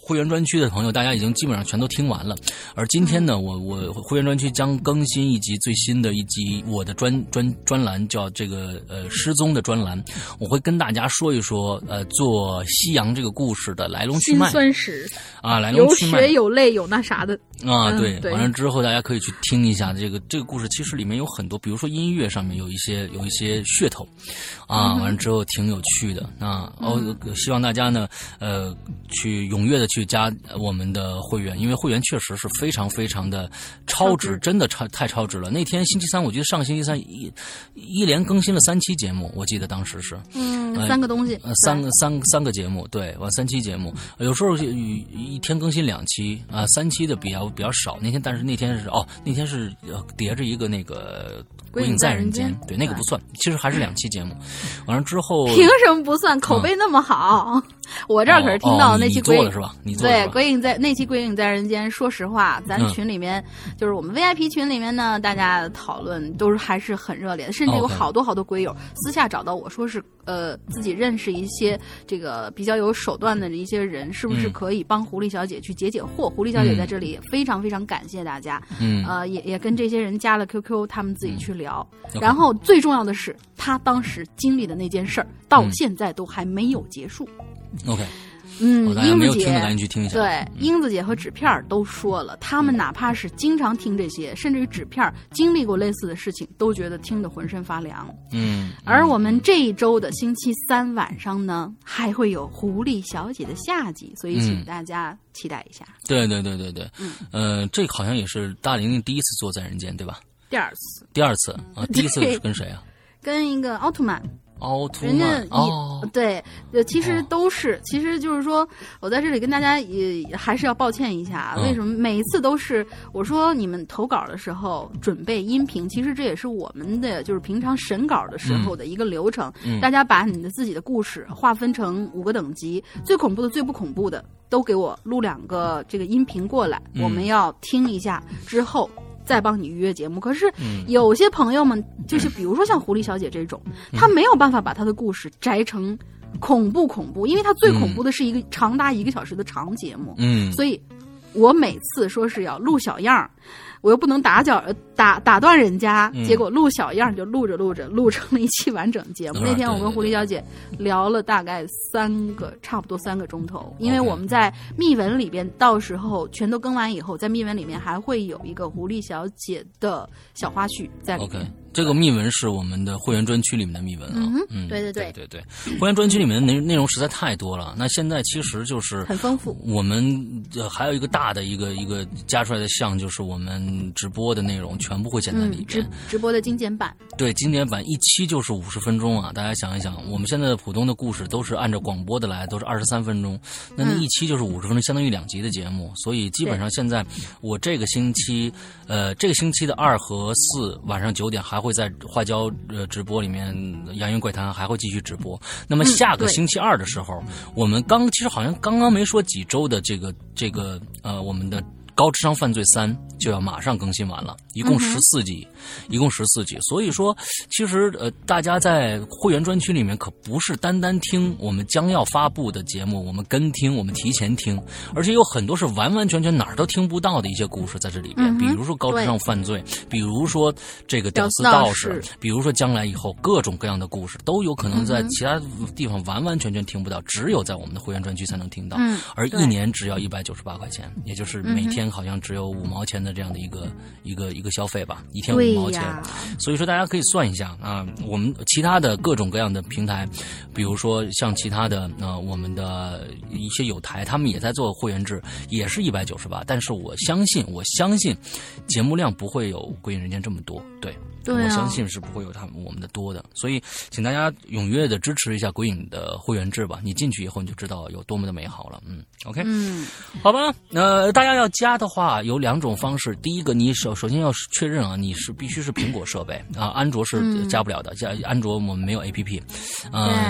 会员专区的朋友，大家已经基本上全都听完了。而今天呢，我会员专区将更新一集最新的一集我的专栏，叫这个失踪的专栏，我会跟大家说一说做西洋这个故事的来龙去脉， 辛酸史啊，来龙去脉， 有血有泪有那啥的啊，对，完了之后大家可以去听一下这个故事，其实里面有很多，比如说音乐上面有一些噱头啊，完了之后挺有趣的啊。希望大家呢去踊跃的去加我们的会员，因为会员确实是非常非常的超值，真的太超值了。那天星期三，我记得上个星期三一连更新了3期节目，我记得当时是 3个东西， 三个节目，对，完3期节目，有时候一天更新2期啊，3期的比较少。但是那天是叠着一个那个鬼影在人间，对，那个不算，其实还是2期节目。完了之后， 凭什么不算？口碑那么好，我这儿可是听到那期你做了是吧？你做了对，那期鬼影在人间，说实话，咱群里面就是我们 VIP 群里面呢，大家讨论都是还是很热烈的，甚至有好多鬼友私下找到我说是自己认识一些这个比较有手段的一些人，是不是可以帮狐狸小姐去解惑？狐狸小姐在这里非常非常感谢大家，也跟这些人加了 QQ， 他们自己去聊。然后最重要的是，他当时经历的那件事儿，到现在都还没有结束。 OK。 大家没有听的赶紧去听一下。 对，英子姐和纸片都说了，他们哪怕是经常听这些，甚至于纸片经历过类似的事情，都觉得听得浑身发凉。而我们这一周的星期三晚上呢，还会有狐狸小姐的下集，所以请大家期待一下。 对，这个好像也是大玲玲第一次做在人间，对吧？ 第二次啊，第一次是跟谁啊？ 跟一个奥特曼。 人家对，其实都是，其实就是说，我在这里跟大家也还是要抱歉一下，为什么每一次都是我说你们投稿的时候准备音频，其实这也是我们的就是平常审稿的时候的一个流程，大家把你的自己的故事划分成5个等级，最恐怖的、最不恐怖的都给我录2个这个音频过来，我们要听一下之后。再帮你预约节目，可是有些朋友们，就是比如说像狐狸小姐这种，她没有办法把她的故事摘成恐怖，因为她最恐怖的是一个长达1个小时的长节目，所以我每次说是要录小样，我又不能打断人家，结果录小样就录成了一期完整节目。那天我跟狐狸小姐聊了大概差不多3个钟头，因为我们在密文里边，到时候全都更完以后，在密文里面还会有一个狐狸小姐的小花絮在里面。 OK， 这个密文是我们的会员专区里面的密文啊。 对， 会员专区里面的内容实在太多了。那现在其实就是很丰富。 我们还有一个大的一个加出来的项，就是我们直播的内容全部会剪在里边。 直播的精简版。对， 精简版1期就是50分钟啊！大家想一想，我们现在的普通的故事都是按照广播的来，都是23分钟，那1期就是50分钟，相当于2集的节目。所以基本上现在我这个星期的2和4晚上9点还会在花椒直播里面，洋芋怪谈还会继续直播。那么下个星期2的时候，我们其实好像刚刚没说几周的这个我们的高智商犯罪3就要马上更新完了，一共14集，所以说其实大家在会员专区里面可不是单单听我们将要发布的节目，我们跟听，我们提前听，而且有很多是完完全全哪儿都听不到的一些故事在这里边，比如说高智商犯罪，比如说这个屌丝道士，比如说将来以后各种各样的故事都有可能在其他地方完完全全听不到，只有在我们的会员专区才能听到，而1年只要198块钱，也就是每天好像只有5毛钱的这样的一个消费吧，一天5毛钱。所以说大家可以算一下啊，我们其他的各种各样的平台，比如说像其他的我们的一些有台，他们也在做会员制，也是198，但是我相信节目量不会有鬼影人间这么多，对。我相信是不会有我们的多的，所以请大家踊跃的支持一下鬼影的会员制吧。你进去以后你就知道有多么的美好了。OK，好吧。大家要加的话有2种方式。第一个，你首先要确认啊，你是必须是苹果设备啊，安卓是加不了的。安卓我们没有 APP，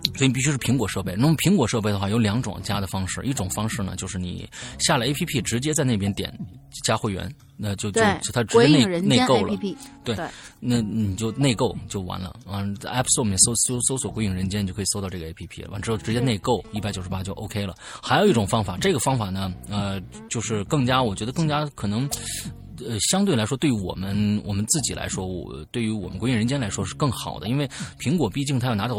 所以你必须是苹果设备。那么苹果设备的话有2种加的方式，一种方式呢就是你下了 APP 直接在那边点加会员，那就它直接内购了。对，那你就内购就完了。App Store 里面搜索鬼影人间，你就可以搜到这个 APP 了。完之后直接内购198就 OK 了。还有一种方法，这个方法呢，就是我觉得更加可能。相对来说，对于我们自己来说，对于我们鬼影人间来说是更好的，因为苹果毕竟它要拿走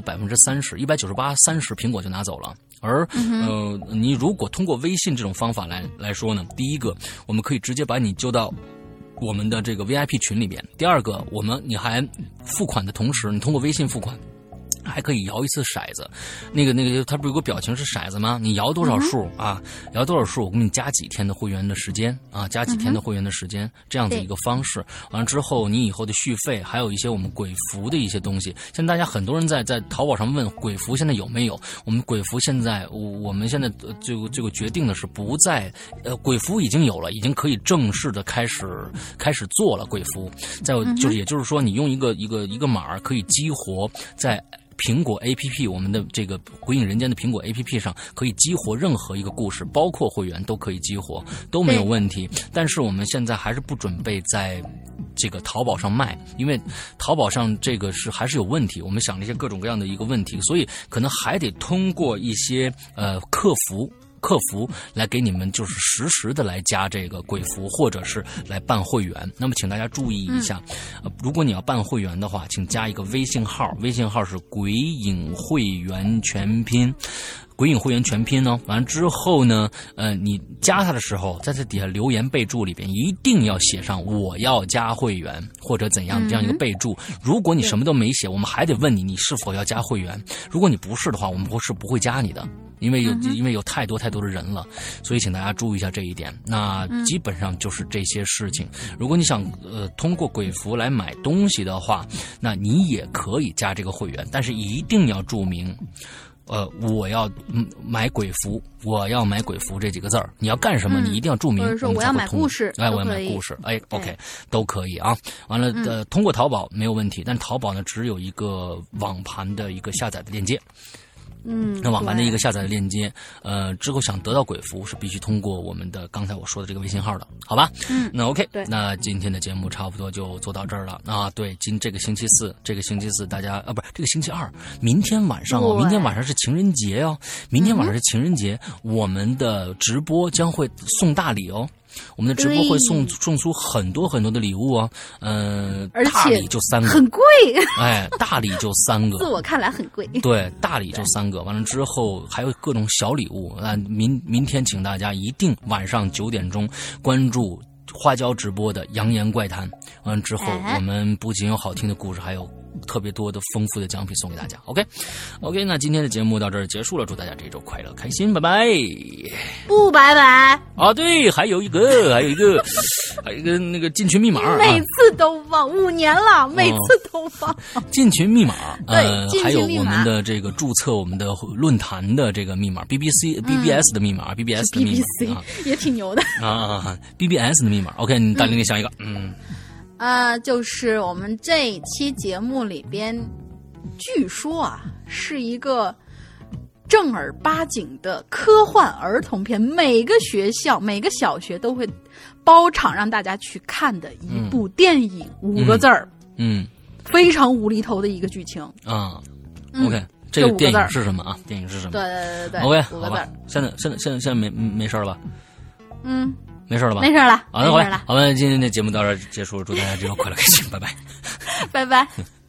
30%，19830苹果就拿走了。而你如果通过微信这种方法来说呢，第一个，我们可以直接把你揪到我们的这个 VIP 群里边；第二个，你还付款的同时，你通过微信付款。还可以摇一次骰子，那个，它不是有个表情是骰子吗？你摇多少数啊？摇多少数，我给你加几天的会员的时间啊，加几天的会员的时间，这样子一个方式。完了之后，你以后的续费，还有一些我们鬼服的一些东西。现在大家很多人在淘宝上问鬼服现在有没有？我们鬼服现在，我们现在这个决定的是不在，鬼服已经有了，已经可以正式的开始做了鬼服。也就是说，你用一个码可以激活在。苹果 APP 我们的这个鬼影人间的苹果 APP 上可以激活任何一个故事，包括会员都可以激活，都没有问题。但是我们现在还是不准备在这个淘宝上卖，因为淘宝上这个还是有问题，我们想了一些各种各样的一个问题，所以可能还得通过一些客服来给你们就是实时的来加这个鬼服，或者是来办会员。那么请大家注意一下，如果你要办会员的话，请加一个微信号，微信号是鬼影会员全拼。鬼影会员全拼呢，完了之后呢，你加他的时候，在这底下留言备注里边一定要写上我要加会员或者怎样这样一个备注。如果你什么都没写，我们还得问你是否要加会员。如果你不是的话，我们不会加你的，因为有太多的人了，所以请大家注意一下这一点。那基本上就是这些事情。如果你想通过鬼服来买东西的话，那你也可以加这个会员，但是一定要注明。我要买鬼服，我要买鬼服这几个字儿，你要干什么？你一定要注明。 或者说我要买故事， 我要买故事，OK， 都可以啊。完了，通过淘宝没有问题，但淘宝呢只有一个网盘的一个下载的链接。那网盘的一个下载的链接，之后想得到鬼服是必须通过我们的刚才我说的这个微信号的，好吧？那 OK， 那今天的节目差不多就做到这儿了啊。对，这个星期四大家不是这个星期二，明天晚上明天晚上是情人节哦，明天晚上是情人节，我们的直播将会送大礼哦。我们的直播会送出很多的礼物啊， 而且大礼就3个， 很贵， 大礼就3个， 自我看来很贵。 对，大礼就3个，完了之后还有各种小礼物。明天请大家一定晚上9点钟关注花椒直播的扬言怪谈，完了之后我们不仅有好听的故事，还有特别多的丰富的奖品送给大家。OK， 那今天的节目到这儿结束了，祝大家这一周快乐开心，拜拜。 不拜拜啊，对，还有一个那个进群密码， 每次都忘，5年了，每次都忘。 进群密码， 对， 还有我们的这个注册我们的论坛的这个密码 BBS 的密码 BBS 的密码也挺牛的 BBS 的密码。OK， 你大玲玲想一个， 就是我们这一期节目里边，据说是一个正儿八经的科幻儿童片，每个学校每个小学都会包场让大家去看的一部电影，5个字儿，非常无厘头的一个剧情啊。 OK， 这个电影是什么啊？电影是什么？ 对 OK， 5个字儿。 现在没事了吧？没事了吧？ 没事了。 好的，好了，今天的节目到这儿结束了，祝大家这周快乐开心，拜拜， 拜拜。